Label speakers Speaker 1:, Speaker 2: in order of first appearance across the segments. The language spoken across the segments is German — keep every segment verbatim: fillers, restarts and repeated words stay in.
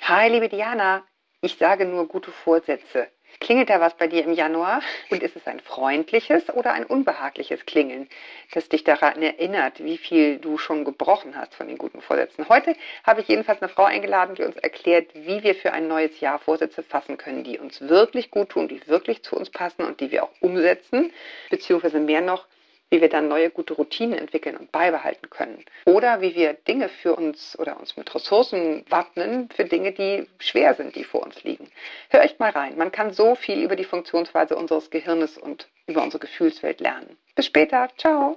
Speaker 1: Hi, liebe Diana. Ich sage nur gute Vorsätze. Klingelt da was bei dir im Januar? Und ist es ein freundliches oder ein unbehagliches Klingeln, das dich daran erinnert, wie viel du schon gebrochen hast von den guten Vorsätzen? Heute habe ich jedenfalls eine Frau eingeladen, die uns erklärt, wie wir für ein neues Jahr Vorsätze fassen können, die uns wirklich gut tun, die wirklich zu uns passen und die wir auch umsetzen, beziehungsweise mehr noch, wie wir dann neue gute Routinen entwickeln und beibehalten können. Oder wie wir Dinge für uns oder uns mit Ressourcen wappnen für Dinge, die schwer sind, die vor uns liegen. Hör echt mal rein. Man kann so viel über die Funktionsweise unseres Gehirnes und über unsere Gefühlswelt lernen. Bis später. Ciao.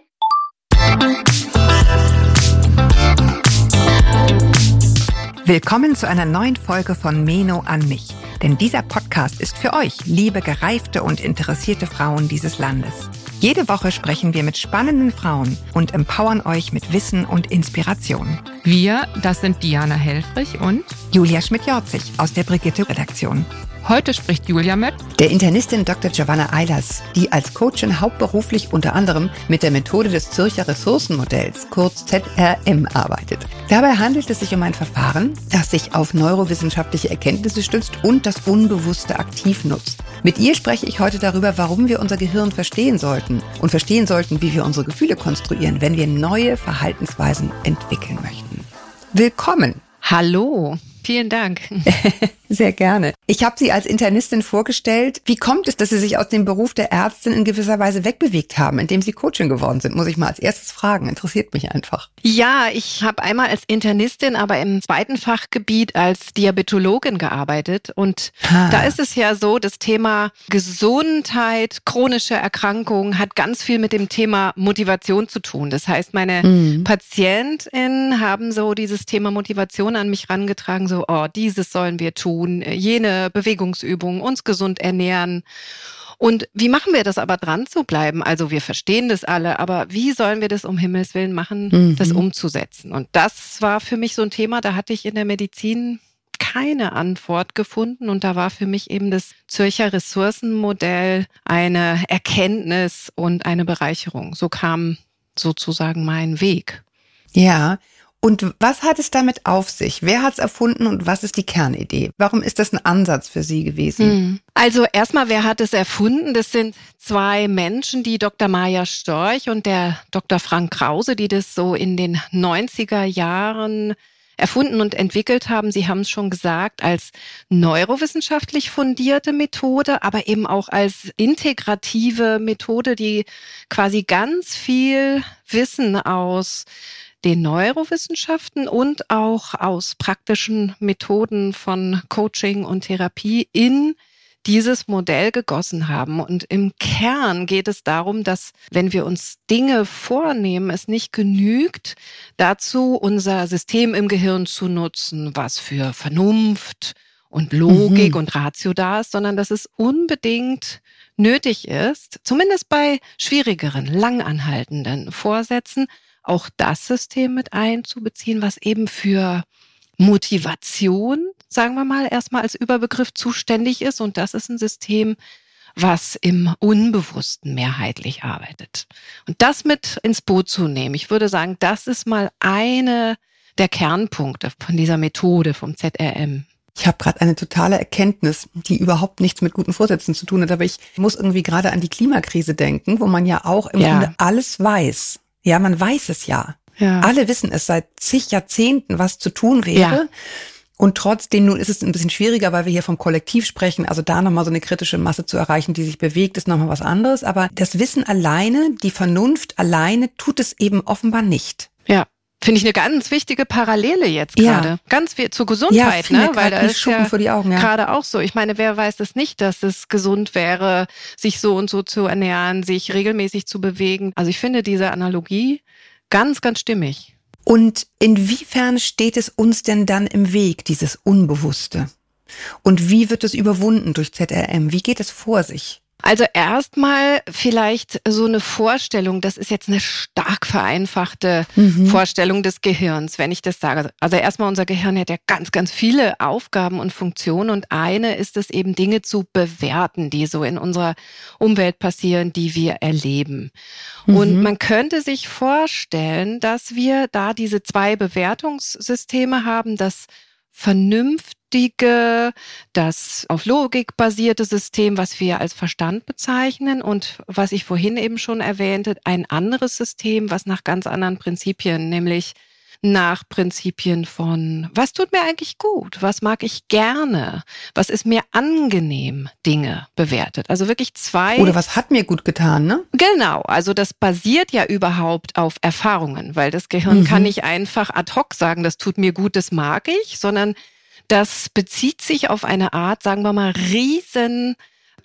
Speaker 2: Willkommen zu einer neuen Folge von Meno an mich. Denn dieser Podcast ist für euch, liebe gereifte und interessierte Frauen dieses Landes. Jede Woche sprechen wir mit spannenden Frauen und empowern euch mit Wissen und Inspiration.
Speaker 3: Wir, das sind Diana Helfrich und
Speaker 2: Julia Schmidt-Jorzig aus der Brigitte-Redaktion.
Speaker 3: Heute spricht Julia mit
Speaker 2: der Internistin Doktor Giovanna Eilers, die als Coachin hauptberuflich unter anderem mit der Methode des Zürcher Ressourcenmodells, kurz Z R M, arbeitet. Dabei handelt es sich um ein Verfahren, das sich auf neurowissenschaftliche Erkenntnisse stützt und das Unbewusste aktiv nutzt. Mit ihr spreche ich heute darüber, warum wir unser Gehirn verstehen sollten und verstehen sollten, wie wir unsere Gefühle konstruieren, wenn wir neue Verhaltensweisen entwickeln möchten. Willkommen!
Speaker 3: Hallo! Vielen Dank.
Speaker 2: Sehr gerne. Ich habe Sie als Internistin vorgestellt. Wie kommt es, dass Sie sich aus dem Beruf der Ärztin in gewisser Weise wegbewegt haben, indem Sie Coachin geworden sind? Muss ich mal als erstes fragen. Interessiert mich einfach.
Speaker 3: Ja, ich habe einmal als Internistin, aber im zweiten Fachgebiet als Diabetologin gearbeitet. Und ha. da ist es ja so, das Thema Gesundheit, chronische Erkrankungen hat ganz viel mit dem Thema Motivation zu tun. Das heißt, meine mhm. PatientInnen haben so dieses Thema Motivation an mich rangetragen, so, oh, dieses sollen wir tun, jene Bewegungsübungen, uns gesund ernähren. Und wie machen wir das aber, dran zu bleiben? Also wir verstehen das alle, aber wie sollen wir das um Himmels Willen machen, mhm. das umzusetzen? Und das war für mich so ein Thema, da hatte ich in der Medizin keine Antwort gefunden. Und da war für mich eben das Zürcher Ressourcenmodell eine Erkenntnis und eine Bereicherung. So kam sozusagen mein Weg.
Speaker 2: Ja. Und was hat es damit auf sich? Wer hat es erfunden und was ist die Kernidee? Warum ist das ein Ansatz für Sie gewesen?
Speaker 3: Also erstmal, wer hat es erfunden? Das sind zwei Menschen, die Doktor Maja Storch und der Doktor Frank Krause, die das so in den neunziger Jahren erfunden und entwickelt haben. Sie haben es schon gesagt, als neurowissenschaftlich fundierte Methode, aber eben auch als integrative Methode, die quasi ganz viel Wissen aus den Neurowissenschaften und auch aus praktischen Methoden von Coaching und Therapie in dieses Modell gegossen haben. Und im Kern geht es darum, dass, wenn wir uns Dinge vornehmen, es nicht genügt, dazu unser System im Gehirn zu nutzen, was für Vernunft und Logik mhm. und Ratio da ist, sondern dass es unbedingt nötig ist, zumindest bei schwierigeren, langanhaltenden Vorsätzen, auch das System mit einzubeziehen, was eben für Motivation, sagen wir mal, erstmal als Überbegriff zuständig ist. Und das ist ein System, was im Unbewussten mehrheitlich arbeitet. Und das mit ins Boot zu nehmen, ich würde sagen, das ist mal eine der Kernpunkte von dieser Methode vom Z R M.
Speaker 2: Ich habe gerade eine totale Erkenntnis, die überhaupt nichts mit guten Vorsätzen zu tun hat, aber ich muss irgendwie gerade an die Klimakrise denken, wo man ja auch im
Speaker 3: ja.
Speaker 2: Grunde alles weiß. Ja, man weiß es ja. ja. Alle wissen es seit zig Jahrzehnten, was zu tun wäre. Ja. Und trotzdem, nun ist es ein bisschen schwieriger, weil wir hier vom Kollektiv sprechen. Also da nochmal so eine kritische Masse zu erreichen, die sich bewegt, ist nochmal was anderes. Aber das Wissen alleine, die Vernunft alleine, tut es eben offenbar nicht.
Speaker 3: Ja. Finde ich eine ganz wichtige Parallele jetzt gerade. Ja. Ganz viel zur Gesundheit,
Speaker 2: ja,
Speaker 3: ne? Weil da ist
Speaker 2: ja vor die Augen, ja.
Speaker 3: gerade auch so. Ich meine, wer weiß es nicht, dass es gesund wäre, sich so und so zu ernähren, sich regelmäßig zu bewegen. Also ich finde diese Analogie ganz, ganz stimmig.
Speaker 2: Und inwiefern steht es uns denn dann im Weg, dieses Unbewusste? Und wie wird es überwunden durch Z R M? Wie geht es vor sich?
Speaker 3: Also erstmal vielleicht so eine Vorstellung, das ist jetzt eine stark vereinfachte mhm. Vorstellung des Gehirns, wenn ich das sage. Also erstmal, unser Gehirn hat ja ganz, ganz viele Aufgaben und Funktionen und eine ist es eben, Dinge zu bewerten, die so in unserer Umwelt passieren, die wir erleben. Mhm. Und man könnte sich vorstellen, dass wir da diese zwei Bewertungssysteme haben, das vernünftige, das auf Logik basierte System, was wir als Verstand bezeichnen und was ich vorhin eben schon erwähnte, ein anderes System, was nach ganz anderen Prinzipien, nämlich nach Prinzipien von, was tut mir eigentlich gut, was mag ich gerne, was ist mir angenehm, Dinge bewertet. Also wirklich zwei.
Speaker 2: Oder was hat mir gut getan, ne?
Speaker 3: Genau, also das basiert ja überhaupt auf Erfahrungen, weil das Gehirn mhm. kann nicht einfach ad hoc sagen, das tut mir gut, das mag ich, sondern das bezieht sich auf eine Art, sagen wir mal, riesen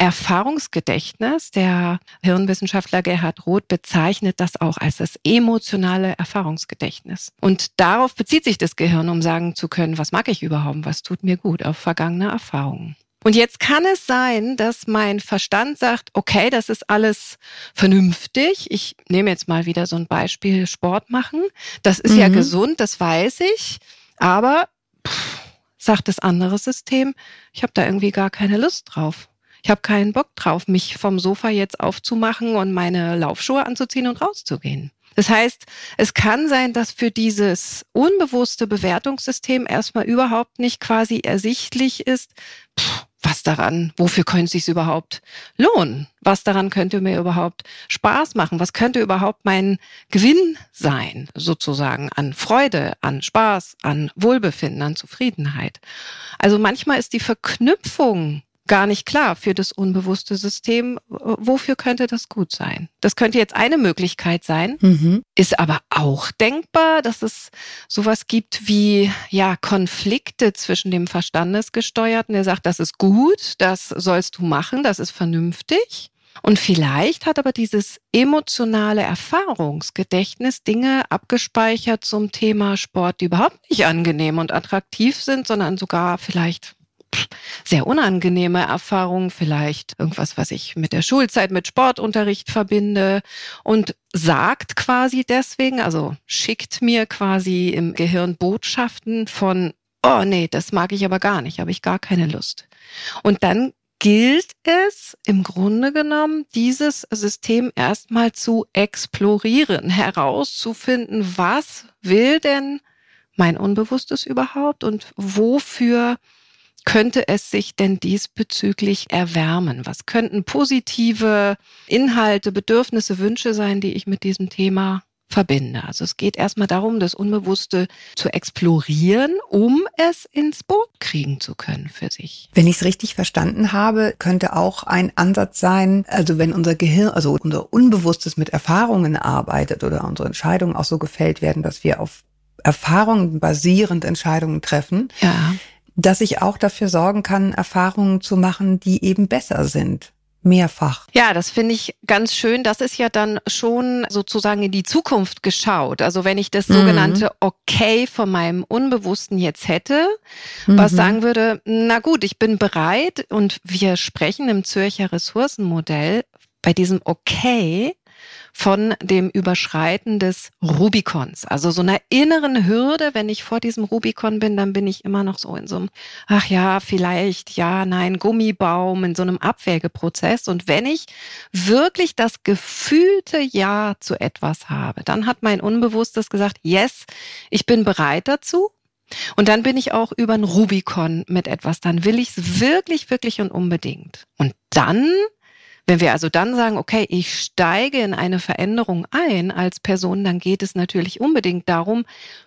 Speaker 3: Erfahrungsgedächtnis. Der Hirnwissenschaftler Gerhard Roth bezeichnet das auch als das emotionale Erfahrungsgedächtnis. Und darauf bezieht sich das Gehirn, um sagen zu können, was mag ich überhaupt, was tut mir gut, auf vergangene Erfahrungen. Und jetzt kann es sein, dass mein Verstand sagt, okay, das ist alles vernünftig. Ich nehme jetzt mal wieder so ein Beispiel, Sport machen. Das ist mhm. ja gesund, das weiß ich. Aber, pff, sagt das andere System, ich habe da irgendwie gar keine Lust drauf. Ich habe keinen Bock drauf, mich vom Sofa jetzt aufzumachen und meine Laufschuhe anzuziehen und rauszugehen. Das heißt, es kann sein, dass für dieses unbewusste Bewertungssystem erstmal überhaupt nicht quasi ersichtlich ist, pff, was daran, wofür könnte es sich überhaupt lohnen? Was daran könnte mir überhaupt Spaß machen? Was könnte überhaupt mein Gewinn sein, sozusagen, an Freude, an Spaß, an Wohlbefinden, an Zufriedenheit? Also manchmal ist die Verknüpfung gar nicht klar für das unbewusste System, wofür könnte das gut sein? Das könnte jetzt eine Möglichkeit sein, mhm. ist aber auch denkbar, dass es sowas gibt wie ja Konflikte zwischen dem Verstandesgesteuerten, der sagt, das ist gut, das sollst du machen, das ist vernünftig. Und vielleicht hat aber dieses emotionale Erfahrungsgedächtnis Dinge abgespeichert zum Thema Sport, die überhaupt nicht angenehm und attraktiv sind, sondern sogar vielleicht sehr unangenehme Erfahrungen, vielleicht irgendwas, was ich mit der Schulzeit, mit Sportunterricht verbinde und sagt quasi deswegen, also schickt mir quasi im Gehirn Botschaften von, oh nee, das mag ich aber gar nicht, habe ich gar keine Lust. Und dann gilt es im Grunde genommen, dieses System erstmal zu explorieren, herauszufinden, was will denn mein Unbewusstes überhaupt und wofür könnte es sich denn diesbezüglich erwärmen? Was könnten positive Inhalte, Bedürfnisse, Wünsche sein, die ich mit diesem Thema verbinde? Also es geht erstmal darum, das Unbewusste zu explorieren, um es ins Boot kriegen zu können für sich.
Speaker 2: Wenn ich es richtig verstanden habe, könnte auch ein Ansatz sein, also wenn unser Gehirn, also unser Unbewusstes mit Erfahrungen arbeitet oder unsere Entscheidungen auch so gefällt werden, dass wir auf Erfahrungen basierend Entscheidungen treffen,
Speaker 3: ja.
Speaker 2: dass ich auch dafür sorgen kann, Erfahrungen zu machen, die eben besser sind. Mehrfach.
Speaker 3: Ja, das finde ich ganz schön. Das ist ja dann schon sozusagen in die Zukunft geschaut. Also wenn ich das mhm. sogenannte Okay von meinem Unbewussten jetzt hätte, mhm. was sagen würde, na gut, ich bin bereit und wir sprechen im Zürcher Ressourcenmodell bei diesem Okay von dem Überschreiten des Rubikons. Also so einer inneren Hürde, wenn ich vor diesem Rubikon bin, dann bin ich immer noch so in so einem, ach ja, vielleicht, ja, nein, Gummibaum, in so einem Abwägeprozess. Und wenn ich wirklich das gefühlte Ja zu etwas habe, dann hat mein Unbewusstes gesagt, yes, ich bin bereit dazu. Und dann bin ich auch über ein Rubikon mit etwas. Dann will ich es wirklich, wirklich und unbedingt. Und dann Wenn wir also dann sagen, okay, ich steige in eine Veränderung ein als Person, dann geht es natürlich unbedingt darum,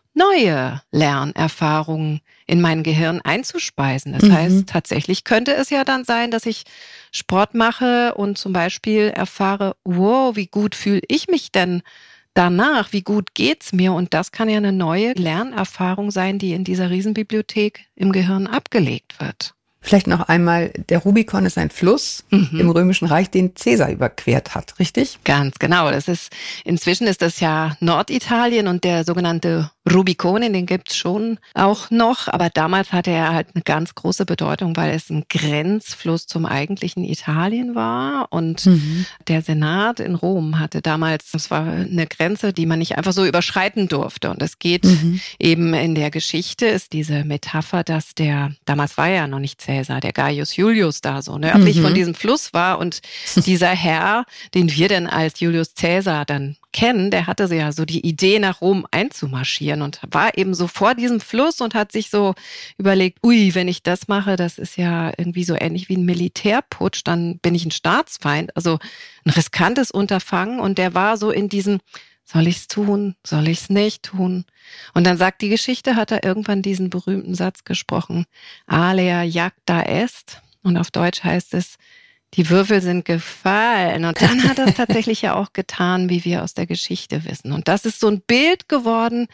Speaker 3: neue Lernerfahrungen in mein Gehirn einzuspeisen. Das mhm. heißt, tatsächlich könnte es ja dann sein, dass ich Sport mache und zum Beispiel erfahre, wow, wie gut fühle ich mich denn danach? Wie gut geht's mir? Und das kann ja eine neue Lernerfahrung sein, die in dieser Riesenbibliothek im Gehirn abgelegt wird.
Speaker 2: Vielleicht noch einmal, der Rubikon ist ein Fluss mhm. im Römischen Reich, den Caesar überquert hat, richtig?
Speaker 3: Ganz genau. Das ist, inzwischen ist das ja Norditalien und der sogenannte Rubicone, den gibt's schon auch noch, aber damals hatte er halt eine ganz große Bedeutung, weil es ein Grenzfluss zum eigentlichen Italien war und mhm. der Senat in Rom hatte damals, das war eine Grenze, die man nicht einfach so überschreiten durfte und es geht mhm. eben in der Geschichte, ist diese Metapher, dass der, damals war er ja noch nicht Caesar, Cäsar, der Gaius Julius da so nördlich
Speaker 2: Mhm.
Speaker 3: von diesem Fluss war. Und dieser Herr, den wir dann als Julius Cäsar dann kennen, der hatte so ja so die Idee, nach Rom einzumarschieren und war eben so vor diesem Fluss und hat sich so überlegt, ui, wenn ich das mache, das ist ja irgendwie so ähnlich wie ein Militärputsch, dann bin ich ein Staatsfeind. Also ein riskantes Unterfangen. Und der war so in diesem, soll ich's tun, soll ich's nicht tun? Und dann sagt die Geschichte, hat er irgendwann diesen berühmten Satz gesprochen, alea jacta est. Und auf Deutsch heißt es, die Würfel sind gefallen. Und dann hat er es tatsächlich ja auch getan, wie wir aus der Geschichte wissen. Und das ist so ein Bild geworden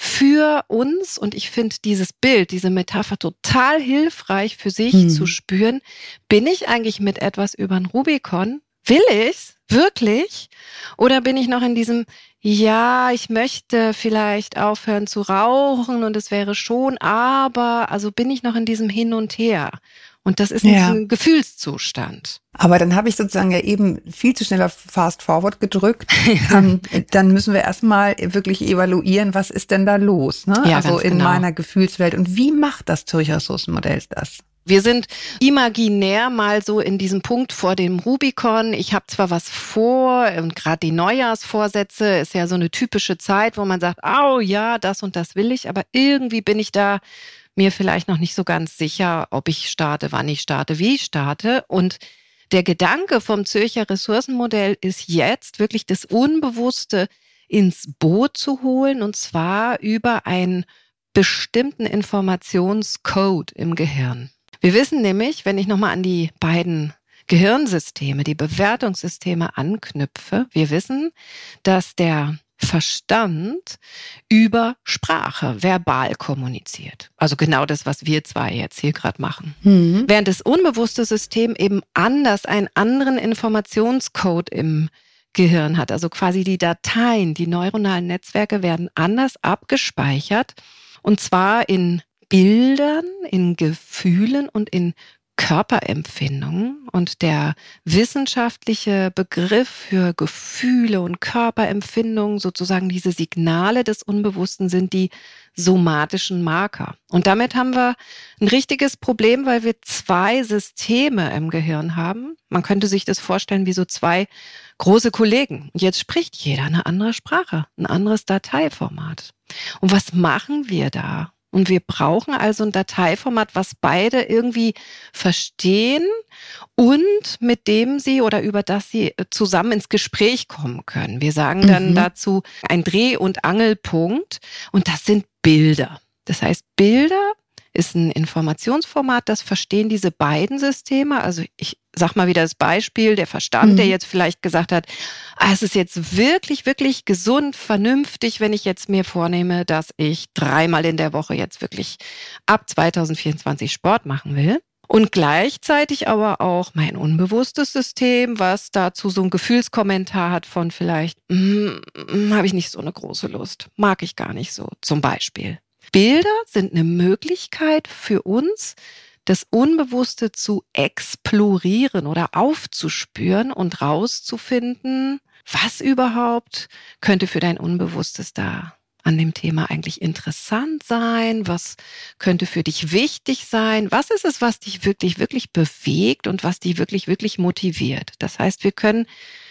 Speaker 3: für uns. Und ich finde dieses Bild, diese Metapher total hilfreich für sich
Speaker 2: Hm.
Speaker 3: zu spüren. Bin ich eigentlich mit etwas über den Rubikon? Will ich's? Wirklich? Oder bin ich noch in diesem, ja, ich möchte vielleicht aufhören zu rauchen und es wäre schon, aber, also bin ich noch in diesem Hin und Her. Und das ist
Speaker 2: Ja.
Speaker 3: ein Gefühlszustand.
Speaker 2: Aber dann habe ich sozusagen ja eben viel zu schnell auf Fast Forward gedrückt. ähm, dann müssen wir erstmal wirklich evaluieren, was ist denn da los, ne?
Speaker 3: Ja,
Speaker 2: also
Speaker 3: ganz
Speaker 2: in
Speaker 3: genau.
Speaker 2: meiner Gefühlswelt. Und wie macht das Zürcher Ressourcenmodell das?
Speaker 3: Wir sind imaginär mal so in diesem Punkt vor dem Rubikon. Ich habe zwar was vor und gerade die Neujahrsvorsätze ist ja so eine typische Zeit, wo man sagt, au ja, das und das will ich, aber irgendwie bin ich da mir vielleicht noch nicht so ganz sicher, ob ich starte, wann ich starte, wie ich starte. Und der Gedanke vom Zürcher Ressourcenmodell ist jetzt wirklich das Unbewusste ins Boot zu holen, und zwar über einen bestimmten Informationscode im Gehirn. Wir wissen nämlich, wenn ich nochmal an die beiden Gehirnsysteme, die Bewertungssysteme anknüpfe, wir wissen, dass der Verstand über Sprache verbal kommuniziert. Also genau das, was wir zwei jetzt hier gerade machen.
Speaker 2: Mhm.
Speaker 3: Während das unbewusste System eben anders einen anderen Informationscode im Gehirn hat. Also quasi die Dateien, die neuronalen Netzwerke werden anders abgespeichert, und zwar in Bildern, in Gefühlen und in Körperempfindungen. Und der wissenschaftliche Begriff für Gefühle und Körperempfindungen, sozusagen diese Signale des Unbewussten, sind die somatischen Marker. Und damit haben wir ein richtiges Problem, weil wir zwei Systeme im Gehirn haben. Man könnte sich das vorstellen wie so zwei große Kollegen. Und jetzt spricht jeder eine andere Sprache, ein anderes Dateiformat. Und was machen wir da? Und wir brauchen also ein Dateiformat, was beide irgendwie verstehen und mit dem sie oder über das sie zusammen ins Gespräch kommen können. Wir sagen dann
Speaker 2: Mhm.
Speaker 3: dazu ein Dreh- und Angelpunkt, und das sind Bilder. Das heißt, Bilder ist ein Informationsformat, das verstehen diese beiden Systeme. Also ich sag mal wieder das Beispiel, der Verstand,
Speaker 2: Mhm.
Speaker 3: der jetzt vielleicht gesagt hat, ah, es ist jetzt wirklich, wirklich gesund, vernünftig, wenn ich jetzt mir vornehme, dass ich dreimal in der Woche jetzt wirklich ab zwanzig vierundzwanzig Sport machen will. Und gleichzeitig aber auch mein unbewusstes System, was dazu so ein Gefühlskommentar hat von vielleicht, mm, mm, habe ich nicht so eine große Lust, mag ich gar nicht so, zum Beispiel. Bilder sind eine Möglichkeit für uns, das Unbewusste zu explorieren oder aufzuspüren und rauszufinden, was überhaupt könnte für dein Unbewusstes da an dem Thema eigentlich interessant sein, was könnte für dich wichtig sein, was ist es, was dich wirklich, wirklich bewegt und was dich wirklich, wirklich motiviert. Das heißt, wir können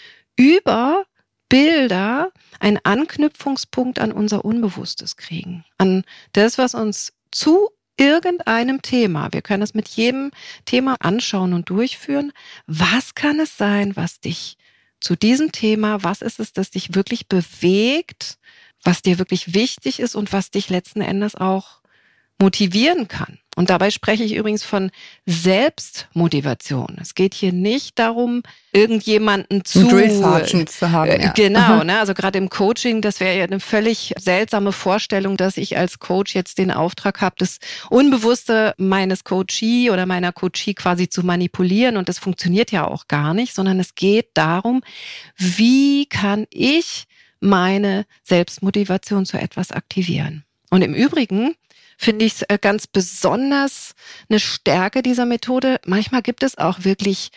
Speaker 3: über Bilder einen Anknüpfungspunkt an unser Unbewusstes kriegen, an das, was uns zu irgendeinem Thema, wir können es mit jedem Thema anschauen und durchführen, was kann es sein, was dich zu diesem Thema, was ist es, das dich wirklich bewegt, was dir wirklich wichtig ist und was dich letzten Endes auch motivieren kann. Und dabei spreche ich übrigens von Selbstmotivation. Es geht hier nicht darum, irgendjemanden zu...
Speaker 2: Ein Drill Sergeant zu haben,
Speaker 3: äh,
Speaker 2: ja.
Speaker 3: Genau, ne? Also gerade im Coaching, das wäre ja eine völlig seltsame Vorstellung, dass ich als Coach jetzt den Auftrag habe, das Unbewusste meines Coachee oder meiner Coachee quasi zu manipulieren. Und das funktioniert ja auch gar nicht, sondern es geht darum, wie kann ich meine Selbstmotivation zu etwas aktivieren. Und im Übrigen finde ich es ganz besonders eine Stärke dieser Methode. Manchmal gibt es auch wirklich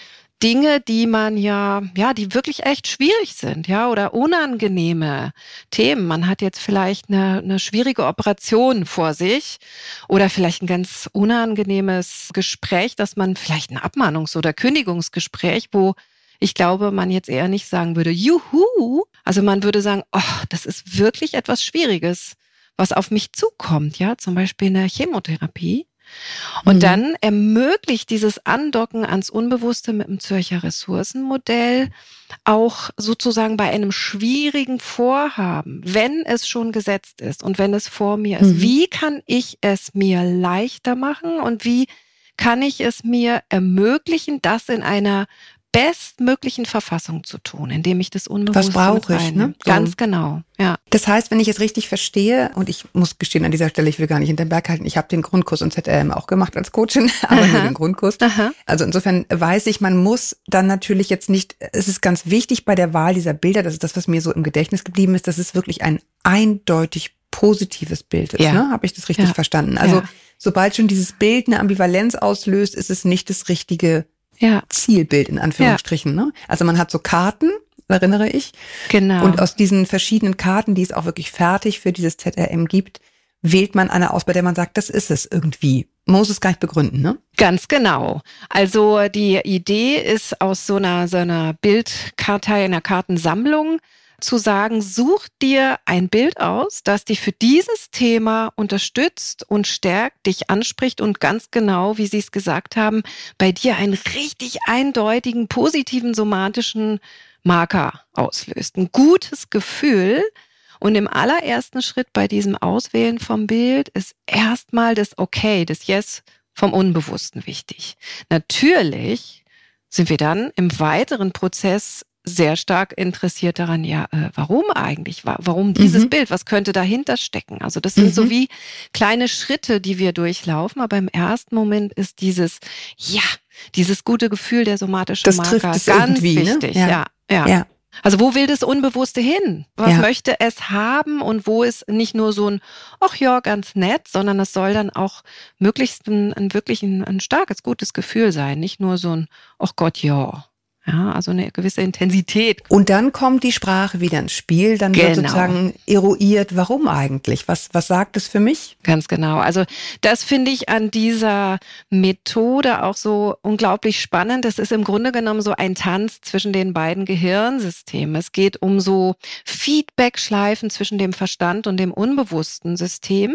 Speaker 3: Dinge, die man ja, ja, die wirklich echt schwierig sind, ja, oder unangenehme Themen. Man hat jetzt vielleicht eine, eine schwierige Operation vor sich oder vielleicht ein ganz unangenehmes Gespräch, dass man vielleicht ein Abmahnungs- oder Kündigungsgespräch, wo ich glaube, man jetzt eher nicht sagen würde, juhu. Also man würde sagen, oh, das ist wirklich etwas Schwieriges, was auf mich zukommt, ja, zum Beispiel eine Chemotherapie. Und mhm. dann ermöglicht dieses Andocken ans Unbewusste mit dem Zürcher Ressourcenmodell auch sozusagen bei einem schwierigen Vorhaben, wenn es schon gesetzt ist und wenn es vor mir ist, mhm. wie kann ich es mir leichter machen und wie kann ich es mir ermöglichen, das in einer bestmöglichen Verfassung zu tun, indem ich das Unbewusste
Speaker 2: Was brauche ich, ne?
Speaker 3: So. Ganz genau, ja.
Speaker 2: Das heißt, wenn ich es richtig verstehe, und ich muss gestehen, an dieser Stelle, ich will gar nicht hinterm Berg halten, ich habe den Grundkurs und Z R M auch gemacht als Coachin, aber Aha. nur den Grundkurs. Aha. Also insofern weiß ich, man muss dann natürlich jetzt nicht, es ist ganz wichtig bei der Wahl dieser Bilder, das ist das, was mir so im Gedächtnis geblieben ist, dass es wirklich ein eindeutig positives Bild ist, ja. ne? Habe ich das richtig ja. verstanden? Also ja. sobald schon dieses Bild eine Ambivalenz auslöst, ist es nicht das richtige Ja. Zielbild in Anführungsstrichen. Ja. Ne? Also man hat so Karten, erinnere ich.
Speaker 3: Genau.
Speaker 2: Und aus diesen verschiedenen Karten, die es auch wirklich fertig für dieses Z R M gibt, wählt man eine aus, bei der man sagt, das ist es irgendwie. Man muss es gar nicht begründen, ne?
Speaker 3: Ganz genau. Also die Idee ist aus so einer, so einer Bildkartei, einer Kartensammlung, zu sagen, such dir ein Bild aus, das dich für dieses Thema unterstützt und stärkt, dich anspricht und ganz genau, wie Sie es gesagt haben, bei dir einen richtig eindeutigen, positiven, somatischen Marker auslöst. Ein gutes Gefühl. Und im allerersten Schritt bei diesem Auswählen vom Bild ist erstmal das Okay, das Yes vom Unbewussten wichtig. Natürlich sind wir dann im weiteren Prozess sehr stark interessiert daran, ja, äh, warum eigentlich? Warum dieses mhm. Bild? Was könnte dahinter stecken? Also das sind mhm. so wie kleine Schritte, die wir durchlaufen, aber im ersten Moment ist dieses, ja, dieses gute Gefühl der somatischen
Speaker 2: das
Speaker 3: Marker
Speaker 2: trifft es
Speaker 3: ganz
Speaker 2: wichtig.
Speaker 3: Ne? Ja, ja, ja. ja. Also wo will das Unbewusste hin? Was
Speaker 2: ja.
Speaker 3: möchte es haben und wo ist nicht nur so ein, ach ja, ganz nett, sondern es soll dann auch möglichst ein, ein wirklich ein, ein starkes, gutes Gefühl sein, nicht nur so ein, ach Gott, ja. Ja, also eine gewisse Intensität.
Speaker 2: Und dann kommt die Sprache wieder ins Spiel, dann
Speaker 3: genau.
Speaker 2: wird sozusagen eruiert, warum eigentlich? Was, was sagt es für mich?
Speaker 3: Ganz genau. Also das finde ich an dieser Methode auch so unglaublich spannend. Das ist im Grunde genommen so ein Tanz zwischen den beiden Gehirnsystemen. Es geht um so Feedback-Schleifen zwischen dem Verstand und dem unbewussten System.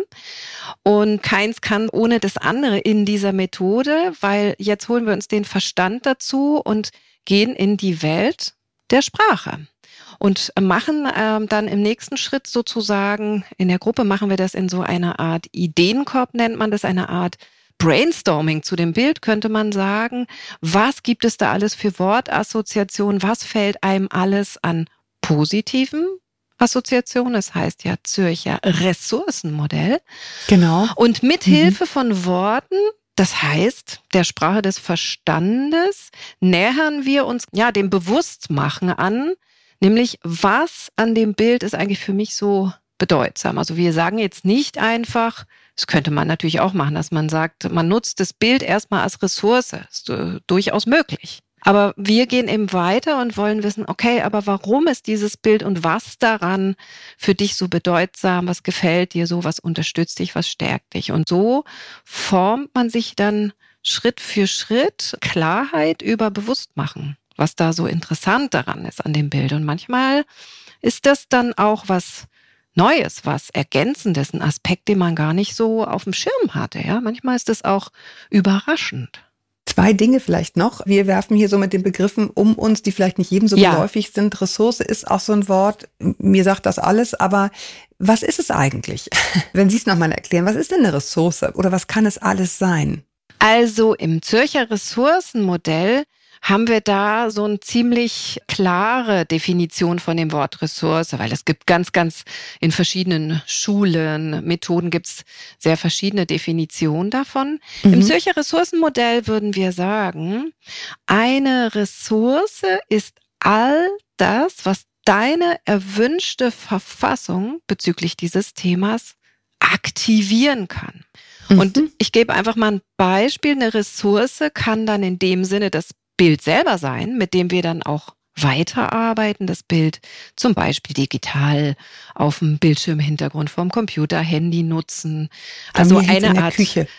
Speaker 3: Und keins kann ohne das andere in dieser Methode, weil jetzt holen wir uns den Verstand dazu und gehen in die Welt der Sprache und machen ähm, dann im nächsten Schritt sozusagen, in der Gruppe machen wir das in so einer Art Ideenkorb, nennt man das, eine Art Brainstorming zu dem Bild, könnte man sagen. Was gibt es da alles für Wortassoziationen? Was fällt einem alles an positiven Assoziationen? Das heißt ja Zürcher Ressourcenmodell.
Speaker 2: Genau.
Speaker 3: Und mit mhm. Hilfe von Worten, das heißt, der Sprache des Verstandes nähern wir uns ja dem Bewusstmachen an, nämlich was an dem Bild ist eigentlich für mich so bedeutsam. Also wir sagen jetzt nicht einfach, das könnte man natürlich auch machen, dass man sagt, man nutzt das Bild erstmal als Ressource. Das ist äh, durchaus möglich. Aber wir gehen eben weiter und wollen wissen, okay, aber warum ist dieses Bild und was daran für dich so bedeutsam, was gefällt dir so, was unterstützt dich, was stärkt dich? Und so formt man sich dann Schritt für Schritt Klarheit über Bewusstmachen, was da so interessant daran ist an dem Bild. Und manchmal ist das dann auch was Neues, was Ergänzendes, ein Aspekt, den man gar nicht so auf dem Schirm hatte. Ja, manchmal ist das auch überraschend.
Speaker 2: Zwei Dinge vielleicht noch. Wir werfen hier so mit den Begriffen um uns, die vielleicht nicht jedem so
Speaker 3: ja.
Speaker 2: geläufig sind. Ressource ist auch so ein Wort. Mir sagt das alles, aber was ist es eigentlich? Wenn Sie es nochmal erklären, was ist denn eine Ressource oder was kann es alles sein?
Speaker 3: Also im Zürcher Ressourcenmodell haben wir da so eine ziemlich klare Definition von dem Wort Ressource, weil es gibt ganz, ganz in verschiedenen Schulen, Methoden gibt es sehr verschiedene Definitionen davon. Mhm. Im Zürcher Ressourcenmodell würden wir sagen, eine Ressource ist all das, was deine erwünschte Verfassung bezüglich dieses Themas aktivieren kann. Mhm. Und ich gebe einfach mal ein Beispiel. Eine Ressource kann dann in dem Sinne das Bild selber sein, mit dem wir dann auch weiterarbeiten, das Bild zum Beispiel digital auf dem Bildschirmhintergrund vom Computer, Handy nutzen. Also eine
Speaker 2: in der
Speaker 3: Art
Speaker 2: Küche.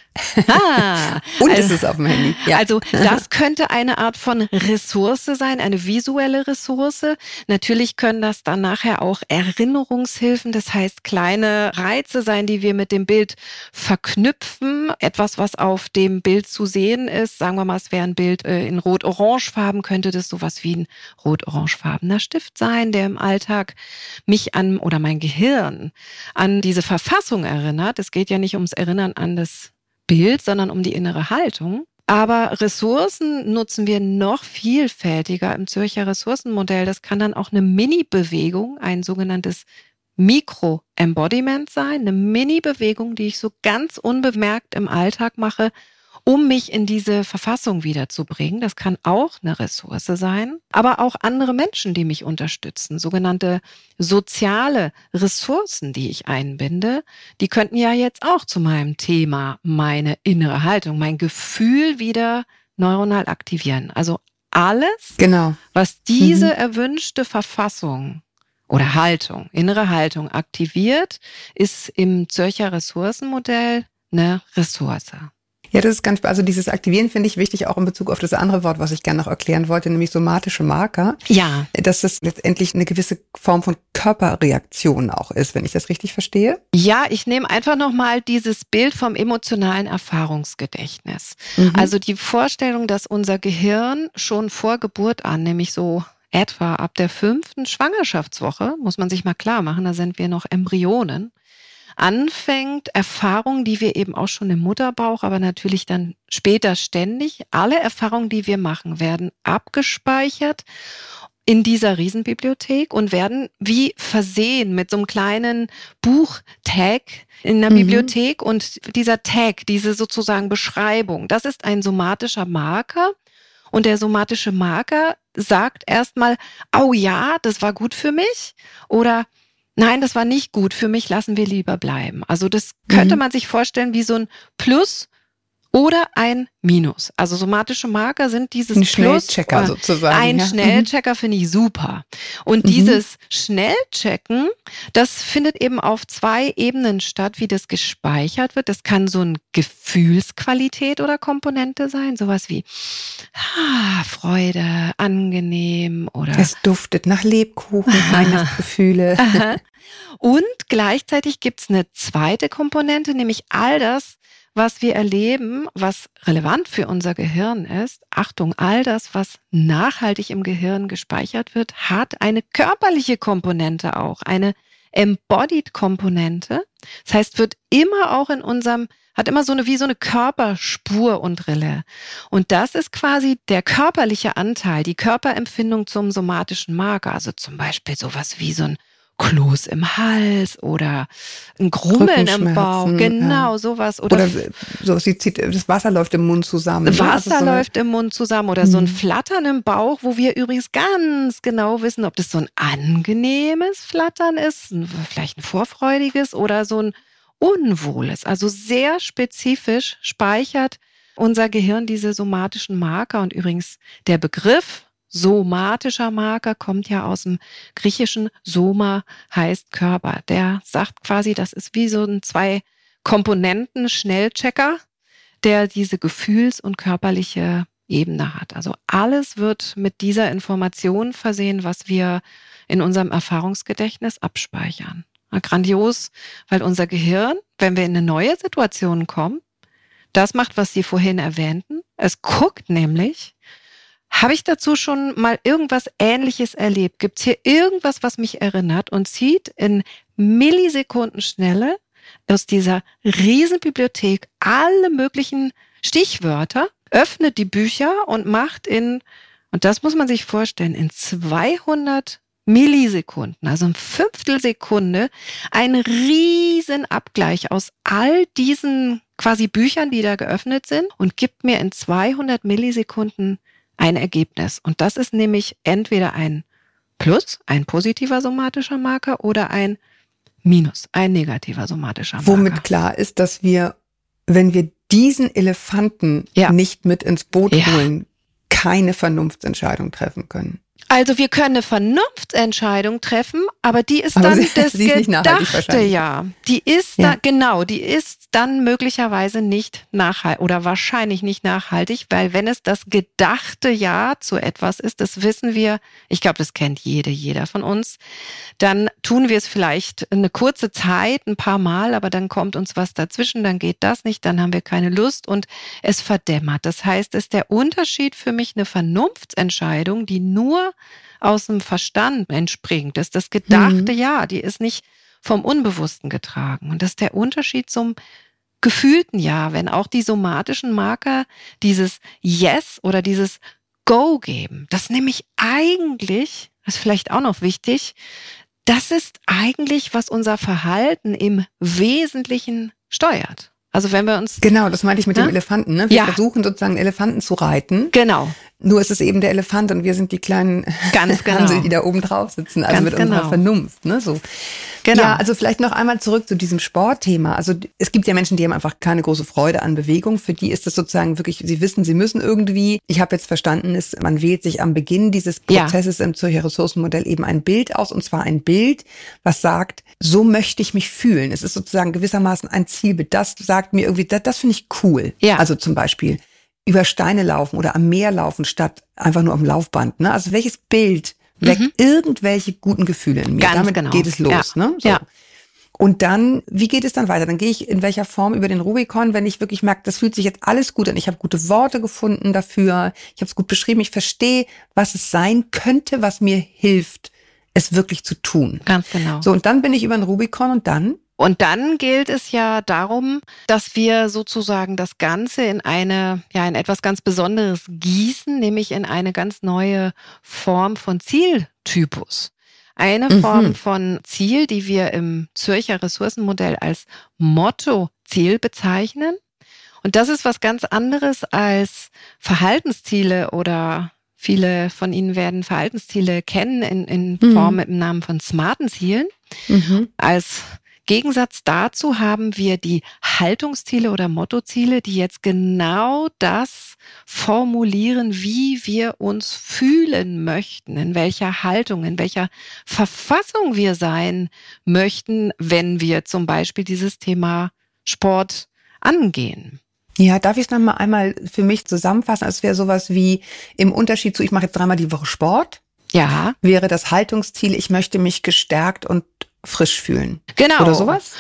Speaker 3: Ah,
Speaker 2: Und
Speaker 3: also,
Speaker 2: ist es auf dem Handy. Ja.
Speaker 3: Also das könnte eine Art von Ressource sein, eine visuelle Ressource. Natürlich können das dann nachher auch Erinnerungshilfen, das heißt kleine Reize sein, die wir mit dem Bild verknüpfen. Etwas, was auf dem Bild zu sehen ist, sagen wir mal, es wäre ein Bild in Rot-Orange-Farben, könnte das sowas wie ein rot-orangefarbener Stift sein, der im Alltag mich an oder mein Gehirn an diese Verfassung erinnert. Es geht ja nicht ums Erinnern an das Bild, sondern um die innere Haltung. Aber Ressourcen nutzen wir noch vielfältiger im Zürcher Ressourcenmodell. Das kann dann auch eine Mini-Bewegung, ein sogenanntes Mikro-Embodiment sein, eine Mini-Bewegung, die ich so ganz unbemerkt im Alltag mache, um mich in diese Verfassung wiederzubringen. Das kann auch eine Ressource sein, aber auch andere Menschen, die mich unterstützen, sogenannte soziale Ressourcen, die ich einbinde, die könnten ja jetzt auch zu meinem Thema meine innere Haltung, mein Gefühl wieder neuronal aktivieren. Also alles,
Speaker 2: genau.
Speaker 3: was diese
Speaker 2: Mhm.
Speaker 3: erwünschte Verfassung oder Haltung, innere Haltung aktiviert, ist im Zürcher Ressourcenmodell eine Ressource.
Speaker 2: Ja, das ist ganz, also dieses Aktivieren finde ich wichtig, auch in Bezug auf das andere Wort, was ich gerne noch erklären wollte, nämlich somatische Marker.
Speaker 3: Ja.
Speaker 2: Dass das letztendlich eine gewisse Form von Körperreaktion auch ist, wenn ich das richtig verstehe.
Speaker 3: Ja, ich nehme einfach nochmal dieses Bild vom emotionalen Erfahrungsgedächtnis.
Speaker 2: Mhm.
Speaker 3: Also die Vorstellung, dass unser Gehirn schon vor Geburt an, nämlich so etwa ab der fünften Schwangerschaftswoche, muss man sich mal klar machen, da sind wir noch Embryonen, anfängt, Erfahrungen, die wir eben auch schon im Mutterbauch, aber natürlich dann später ständig, alle Erfahrungen, die wir machen, werden abgespeichert in dieser Riesenbibliothek und werden wie versehen mit so einem kleinen Buchtag in der mhm. Bibliothek. Und dieser Tag, diese sozusagen Beschreibung, das ist ein somatischer Marker. Und der somatische Marker sagt erstmal, oh ja, das war gut für mich, oder nein, das war nicht gut für mich, lassen wir lieber bleiben. Also das könnte mhm. man sich vorstellen wie so ein Plus oder ein Minus. Also somatische Marker sind dieses
Speaker 2: ein
Speaker 3: Plus.
Speaker 2: Schnellchecker sozusagen.
Speaker 3: Ein
Speaker 2: ja.
Speaker 3: Schnellchecker mhm. finde ich super. Und mhm. dieses Schnellchecken, das findet eben auf zwei Ebenen statt, wie das gespeichert wird. Das kann so eine Gefühlsqualität oder Komponente sein, sowas wie ah, Freude, angenehm oder...
Speaker 2: Es duftet nach Lebkuchen, Weihnachtsgefühle.
Speaker 3: Und gleichzeitig gibt es eine zweite Komponente, nämlich all das, was wir erleben, was relevant für unser Gehirn ist. Achtung, all das, was nachhaltig im Gehirn gespeichert wird, hat eine körperliche Komponente auch, eine Embodied-Komponente. Das heißt, wird immer auch in unserem, hat immer so eine, wie so eine Körperspur und Rille. Und das ist quasi der körperliche Anteil, die Körperempfindung zum somatischen Marker. Also zum Beispiel sowas wie so ein Kloß im Hals oder ein Grummeln im Bauch, genau, ja. sowas. Oder,
Speaker 2: oder so, sie zieht, das Wasser läuft im Mund zusammen.
Speaker 3: Wasser also so läuft im Mund zusammen oder mhm. so ein Flattern im Bauch, wo wir übrigens ganz genau wissen, ob das so ein angenehmes Flattern ist, vielleicht ein vorfreudiges oder so ein unwohles. Also sehr spezifisch speichert unser Gehirn diese somatischen Marker. Und übrigens der Begriff somatischer Marker kommt ja aus dem Griechischen. Soma heißt Körper. Der sagt quasi, das ist wie so ein Zwei-Komponenten-Schnellchecker, der diese Gefühls- und körperliche Ebene hat. Also alles wird mit dieser Information versehen, was wir in unserem Erfahrungsgedächtnis abspeichern. Grandios, weil unser Gehirn, wenn wir in eine neue Situation kommen, das macht, was Sie vorhin erwähnten. Es guckt nämlich, habe ich dazu schon mal irgendwas Ähnliches erlebt? Gibt es hier irgendwas, was mich erinnert und zieht in Millisekundenschnelle aus dieser Riesenbibliothek alle möglichen Stichwörter, öffnet die Bücher und macht in, und das muss man sich vorstellen, in zweihundert Millisekunden, also ein Fünftelsekunde, ein riesen Abgleich aus all diesen quasi Büchern, die da geöffnet sind und gibt mir in zweihundert Millisekunden ein Ergebnis. Und das ist nämlich entweder ein Plus, ein positiver somatischer Marker oder ein Minus, ein negativer somatischer Marker.
Speaker 2: Womit klar ist, dass wir, wenn wir diesen Elefanten ja. nicht mit ins Boot
Speaker 3: ja.
Speaker 2: holen, keine Vernunftsentscheidung treffen können.
Speaker 3: Also wir können eine Vernunftsentscheidung treffen, aber die ist
Speaker 2: aber
Speaker 3: dann
Speaker 2: sie,
Speaker 3: das
Speaker 2: sie ist nicht nachhaltig
Speaker 3: Gedachte, ja. Die ist
Speaker 2: ja.
Speaker 3: da, genau, die ist dann möglicherweise nicht nachhaltig oder wahrscheinlich nicht nachhaltig, weil wenn es das gedachte Ja zu etwas ist, das wissen wir, ich glaube, das kennt jede, jeder von uns, dann tun wir es vielleicht eine kurze Zeit, ein paar Mal, aber dann kommt uns was dazwischen, dann geht das nicht, dann haben wir keine Lust und es verdämmert. Das heißt, es ist der Unterschied für mich eine Vernunftsentscheidung, die nur aus dem Verstand entspringt. Das ist das gedachte
Speaker 2: Mhm.
Speaker 3: Ja, die ist nicht vom Unbewussten getragen. Und das ist der Unterschied zum gefühlten Ja, wenn auch die somatischen Marker dieses Yes oder dieses Go geben. Das nämlich eigentlich, das ist vielleicht auch noch wichtig, das ist eigentlich, was unser Verhalten im Wesentlichen steuert. Also wenn wir uns...
Speaker 2: Genau, das meinte ich mit
Speaker 3: ja?
Speaker 2: dem Elefanten. Ne? Wir
Speaker 3: ja.
Speaker 2: versuchen sozusagen Elefanten zu reiten.
Speaker 3: Genau.
Speaker 2: Nur ist es eben der Elefant und wir sind die kleinen
Speaker 3: Ganz genau.
Speaker 2: Hansel, die da oben drauf sitzen. Also
Speaker 3: Ganz
Speaker 2: mit
Speaker 3: genau.
Speaker 2: unserer Vernunft. Ne? So.
Speaker 3: Genau.
Speaker 2: Ja, also vielleicht noch einmal zurück zu diesem Sportthema. Also es gibt ja Menschen, die haben einfach keine große Freude an Bewegung. Für die ist das sozusagen wirklich, sie wissen, sie müssen irgendwie. Ich habe jetzt verstanden, ist, man wählt sich am Beginn dieses Prozesses ja. im Zürcher Ressourcenmodell eben ein Bild aus. Und zwar ein Bild, was sagt, so möchte ich mich fühlen. Es ist sozusagen gewissermaßen ein Zielbild. Das sagt mir irgendwie, das, das finde ich cool.
Speaker 3: Ja.
Speaker 2: Also zum Beispiel über Steine laufen oder am Meer laufen statt einfach nur am Laufband. Ne? Also welches Bild weckt mhm. irgendwelche guten Gefühle in mir?
Speaker 3: Ganz
Speaker 2: Damit
Speaker 3: genau.
Speaker 2: geht es los.
Speaker 3: Ja.
Speaker 2: Ne? So.
Speaker 3: Ja.
Speaker 2: Und dann, wie geht es dann weiter? Dann gehe ich in welcher Form über den Rubikon, wenn ich wirklich merke, das fühlt sich jetzt alles gut an. Ich habe gute Worte gefunden dafür. Ich habe es gut beschrieben. Ich verstehe, was es sein könnte, was mir hilft, es wirklich zu tun.
Speaker 3: Ganz genau.
Speaker 2: So, und dann bin ich über den Rubikon und dann?
Speaker 3: Und dann gilt es ja darum, dass wir sozusagen das Ganze in eine, ja, in etwas ganz Besonderes gießen, nämlich in eine ganz neue Form von Zieltypus. Eine mhm. Form von Ziel, die wir im Zürcher Ressourcenmodell als Motto-Ziel bezeichnen. Und das ist was ganz anderes als Verhaltensziele oder viele von Ihnen werden Verhaltensziele kennen in, in mhm. Form mit dem Namen von smarten Zielen. Mhm. Als Gegensatz dazu haben wir die Haltungsziele oder Mottoziele, die jetzt genau das formulieren, wie wir uns fühlen möchten, in welcher Haltung, in welcher Verfassung wir sein möchten, wenn wir zum Beispiel dieses Thema Sport angehen.
Speaker 2: Ja, darf ich es nochmal einmal für mich zusammenfassen? Es wäre sowas wie im Unterschied zu, ich mache jetzt dreimal die Woche Sport.
Speaker 3: Ja.
Speaker 2: Wäre das Haltungsziel, ich möchte mich gestärkt und frisch fühlen.
Speaker 3: Genau.
Speaker 2: Oder sowas?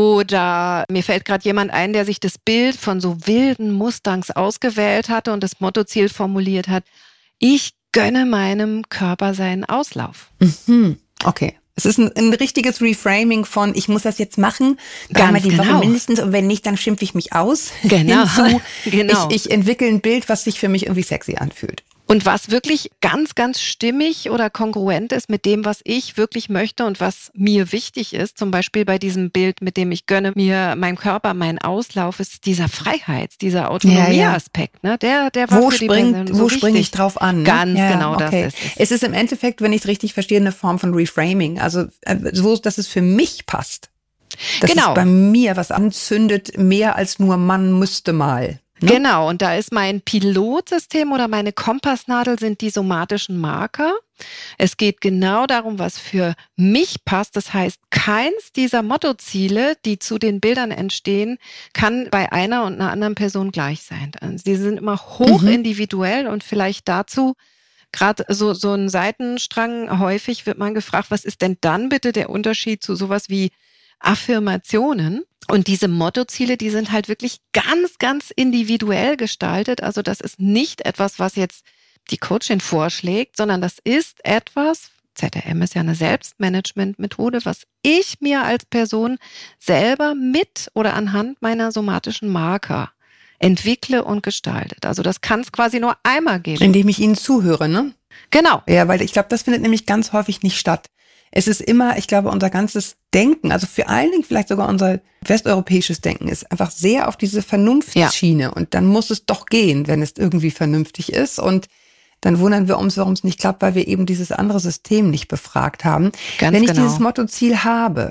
Speaker 3: Oder mir fällt gerade jemand ein, der sich das Bild von so wilden Mustangs ausgewählt hatte und das Mottoziel formuliert hat, ich gönne meinem Körper seinen Auslauf.
Speaker 2: Mhm. Okay. Es ist ein, ein richtiges Reframing von, ich muss das jetzt machen, dreimal die
Speaker 3: genau.
Speaker 2: Woche mindestens und wenn nicht, dann schimpfe ich mich aus.
Speaker 3: Genau.
Speaker 2: Hinzu,
Speaker 3: genau.
Speaker 2: Ich, ich entwickle ein Bild, was sich für mich irgendwie sexy anfühlt.
Speaker 3: Und was wirklich ganz, ganz stimmig oder kongruent ist mit dem, was ich wirklich möchte und was mir wichtig ist, zum Beispiel bei diesem Bild, mit dem ich gönne mir meinem Körper meinen Auslauf, ist dieser Freiheits-, dieser Autonomieaspekt. Ja, ja. Ne? Der, der war
Speaker 2: wo
Speaker 3: für die
Speaker 2: springt,
Speaker 3: Person so
Speaker 2: Wo springe ich drauf an? Ne?
Speaker 3: Ganz
Speaker 2: ja,
Speaker 3: genau,
Speaker 2: okay.
Speaker 3: das ist es.
Speaker 2: Es ist im Endeffekt, wenn ich es richtig verstehe, eine Form von Reframing. Also so, dass es für mich passt. Dass
Speaker 3: genau.
Speaker 2: es bei mir was anzündet, mehr als nur man müsste mal. Ne?
Speaker 3: Genau, und da ist mein Pilotsystem oder meine Kompassnadel sind die somatischen Marker. Es geht genau darum, was für mich passt. Das heißt, keins dieser Mottoziele, die zu den Bildern entstehen, kann bei einer und einer anderen Person gleich sein. Sie sind immer hoch mhm. individuell und vielleicht dazu gerade so, so ein Seitenstrang. Häufig wird man gefragt, was ist denn dann bitte der Unterschied zu sowas wie Affirmationen? Und diese Mottoziele, die sind halt wirklich ganz, ganz individuell gestaltet. Also das ist nicht etwas, was jetzt die Coachin vorschlägt, sondern das ist etwas, Z R M ist ja eine Selbstmanagement-Methode, was ich mir als Person selber mit oder anhand meiner somatischen Marker entwickle und gestaltet. Also das kann es quasi nur einmal geben.
Speaker 2: Indem ich Ihnen zuhöre, ne?
Speaker 3: Genau.
Speaker 2: Ja, weil ich glaube, das findet nämlich ganz häufig nicht statt. Es ist immer, ich glaube, unser ganzes Denken, also vor allen Dingen vielleicht sogar unser westeuropäisches Denken ist einfach sehr auf diese Vernunftsschiene. Ja. Und dann muss es doch gehen, wenn es irgendwie vernünftig ist. Und dann wundern wir uns, warum es nicht klappt, weil wir eben dieses andere System nicht befragt haben.
Speaker 3: Ganz
Speaker 2: wenn ich
Speaker 3: genau.
Speaker 2: dieses Mottoziel habe,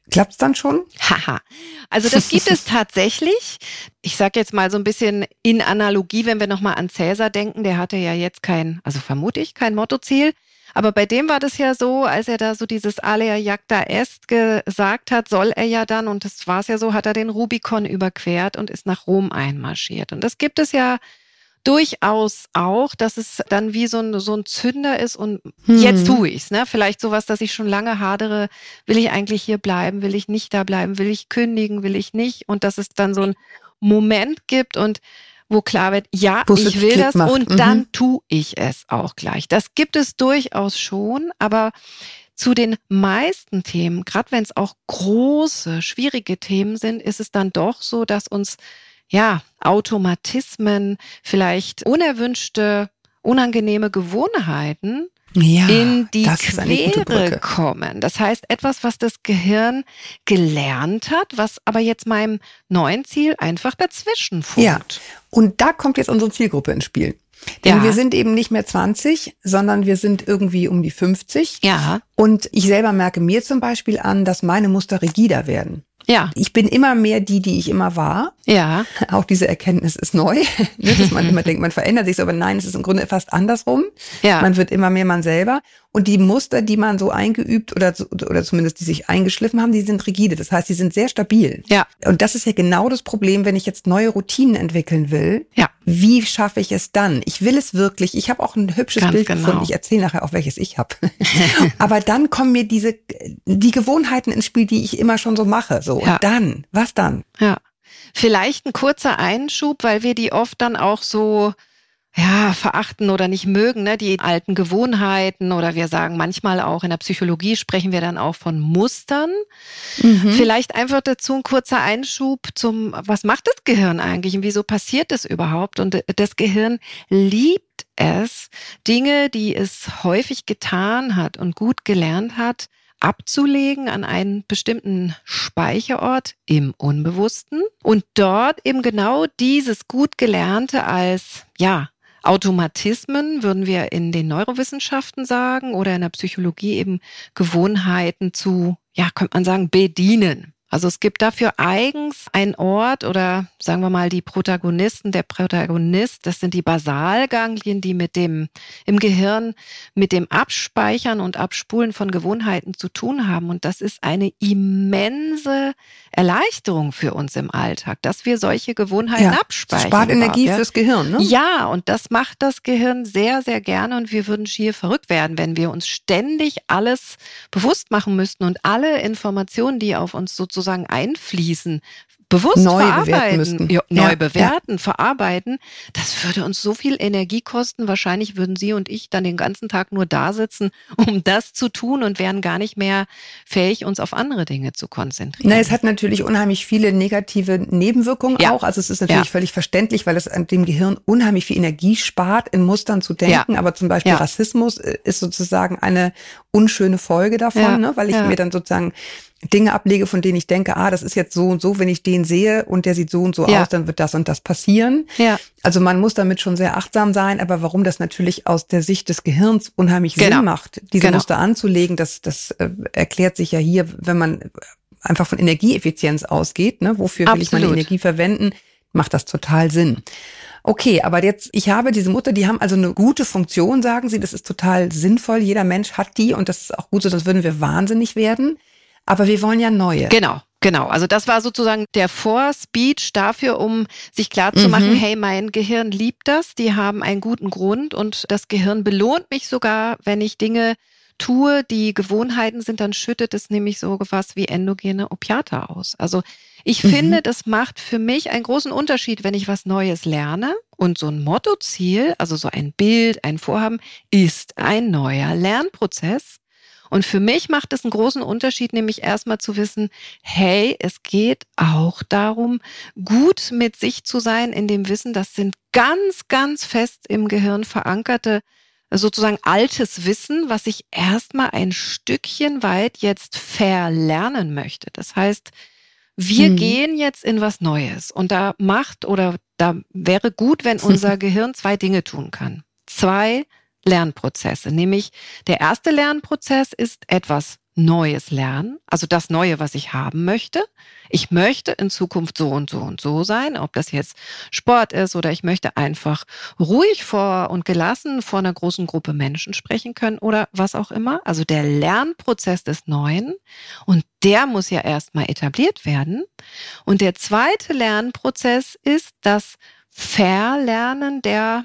Speaker 2: Klappt's dann schon?
Speaker 3: Haha. Also das gibt es tatsächlich. Ich sage jetzt mal so ein bisschen in Analogie, wenn wir nochmal an Cäsar denken, der hatte ja jetzt kein, also vermute ich, kein Mottoziel. Aber bei dem war das ja so, als er da so dieses Alea Jacta Est gesagt hat, soll er ja dann, und das war es ja so, hat er den Rubikon überquert und ist nach Rom einmarschiert. Und das gibt es ja durchaus auch, dass es dann wie so ein, so ein Zünder ist und hm. jetzt tue ich's, ne? Vielleicht sowas, dass ich schon lange hadere, will ich eigentlich hier bleiben, will ich nicht da bleiben, will ich kündigen, will ich nicht, und dass es dann so ein Moment gibt und wo klar wird, ja, Wo ich will Klick das macht. und mhm. dann tue ich es auch gleich. Das gibt es durchaus schon, aber zu den meisten Themen, gerade wenn es auch große, schwierige Themen sind, ist es dann doch so, dass uns ja Automatismen, vielleicht unerwünschte, unangenehme Gewohnheiten ja, in die Quere kommen. Das heißt, etwas, was das Gehirn gelernt hat, was aber jetzt meinem neuen Ziel einfach dazwischen funkt.
Speaker 2: Ja, und da kommt jetzt unsere Zielgruppe ins Spiel. Denn ja. wir sind eben nicht mehr zwanzig, sondern wir sind irgendwie um die fünfzig.
Speaker 3: Ja.
Speaker 2: Und ich selber merke mir zum Beispiel an, dass meine Muster rigider werden.
Speaker 3: Ja.
Speaker 2: Ich bin immer mehr die, die ich immer war.
Speaker 3: Ja.
Speaker 2: Auch diese Erkenntnis ist neu, dass man immer denkt, man verändert sich, aber nein, es ist im Grunde fast andersrum.
Speaker 3: Ja.
Speaker 2: Man wird immer mehr man selber. Und die Muster, die man so eingeübt oder, oder zumindest die sich eingeschliffen haben, die sind rigide. Das heißt, die sind sehr stabil.
Speaker 3: Ja.
Speaker 2: Und das ist ja genau das Problem, wenn ich jetzt neue Routinen entwickeln will.
Speaker 3: Ja.
Speaker 2: Wie schaffe ich es dann? Ich will es wirklich. Ich habe auch ein hübsches
Speaker 3: Ganz
Speaker 2: Bild
Speaker 3: genau.
Speaker 2: gefunden. Ich erzähle nachher auch, welches ich habe. Aber dann kommen mir diese, die Gewohnheiten ins Spiel, die ich immer schon so mache. So.
Speaker 3: Ja.
Speaker 2: Und dann? Was dann?
Speaker 3: Ja. Vielleicht ein kurzer Einschub, weil wir die oft dann auch so ja, verachten oder nicht mögen, ne, die alten Gewohnheiten, oder wir sagen manchmal auch in der Psychologie sprechen wir dann auch von Mustern. Mhm. Vielleicht einfach dazu ein kurzer Einschub zum, was macht das Gehirn eigentlich und wieso passiert das überhaupt? Und das Gehirn liebt es, Dinge, die es häufig getan hat und gut gelernt hat, abzulegen an einen bestimmten Speicherort im Unbewussten und dort eben genau dieses gut Gelernte als, ja, Automatismen, würden wir in den Neurowissenschaften sagen, oder in der Psychologie eben Gewohnheiten zu, ja, könnte man sagen, bedienen. Also es gibt dafür eigens einen Ort oder sagen wir mal die Protagonisten, der Protagonist, das sind die Basalganglien, die mit dem im Gehirn mit dem Abspeichern und Abspulen von Gewohnheiten zu tun haben. Und das ist eine immense Erleichterung für uns im Alltag, dass wir solche Gewohnheiten ja, abspeichern.
Speaker 2: Spart Energie
Speaker 3: ja.
Speaker 2: fürs Gehirn, ne?
Speaker 3: Ja, und das macht das Gehirn sehr, sehr gerne und wir würden schier verrückt werden, wenn wir uns ständig alles bewusst machen müssten und alle Informationen, die auf uns sozusagen sozusagen einfließen, bewusst
Speaker 2: neu
Speaker 3: verarbeiten, ja, neu
Speaker 2: ja,
Speaker 3: bewerten,
Speaker 2: ja.
Speaker 3: verarbeiten, das würde uns so viel Energie kosten. Wahrscheinlich würden Sie und ich dann den ganzen Tag nur da sitzen, um das zu tun und wären gar nicht mehr fähig, uns auf andere Dinge zu konzentrieren.
Speaker 2: Na, es hat natürlich unheimlich viele negative Nebenwirkungen ja. auch. Also es ist natürlich ja. völlig verständlich, weil es an dem Gehirn unheimlich viel Energie spart, in Mustern zu denken. Ja. Aber zum Beispiel ja. Rassismus ist sozusagen eine unschöne Folge davon, ja. ne? Weil ich ja. mir dann sozusagen Dinge ablege, von denen ich denke, ah, das ist jetzt so und so, wenn ich den sehe und der sieht so und so ja. aus, dann wird das und das passieren.
Speaker 3: Ja.
Speaker 2: Also man muss damit schon sehr achtsam sein, aber warum das natürlich aus der Sicht des Gehirns unheimlich genau. Sinn macht, diese genau. Muster anzulegen, das, das äh, erklärt sich ja hier, wenn man einfach von Energieeffizienz ausgeht, ne, wofür will
Speaker 3: Absolut.
Speaker 2: ich meine Energie verwenden, macht das total Sinn. Okay, aber jetzt, ich habe diese Mutter, die haben also eine gute Funktion, sagen Sie, das ist total sinnvoll, jeder Mensch hat die und das ist auch gut so, sonst würden wir wahnsinnig werden. Aber wir wollen ja neue.
Speaker 3: Genau, genau. Also das war sozusagen der Vorspeech dafür, um sich klarzumachen, mhm. hey, mein Gehirn liebt das, die haben einen guten Grund und das Gehirn belohnt mich sogar, wenn ich Dinge tue, die Gewohnheiten sind, dann schüttet es nämlich so was wie endogene Opiate aus. Also ich mhm. finde, das macht für mich einen großen Unterschied, wenn ich was Neues lerne. Und so ein Mottoziel, also so ein Bild, ein Vorhaben, ist ein neuer Lernprozess. Und für mich macht es einen großen Unterschied, nämlich erstmal zu wissen, hey, es geht auch darum, gut mit sich zu sein, in dem Wissen, das sind ganz, ganz fest im Gehirn verankerte, sozusagen altes Wissen, was ich erstmal ein Stückchen weit jetzt verlernen möchte. Das heißt, wir hm. gehen jetzt in was Neues und da macht oder da wäre gut, wenn unser Gehirn zwei Dinge tun kann. Zwei Lernprozesse, nämlich der erste Lernprozess ist etwas Neues lernen, also das Neue, was ich haben möchte. Ich möchte in Zukunft so und so und so sein, ob das jetzt Sport ist oder ich möchte einfach ruhig vor und gelassen vor einer großen Gruppe Menschen sprechen können oder was auch immer. Also der Lernprozess des Neuen, und der muss ja erstmal etabliert werden. Und der zweite Lernprozess ist das Verlernen der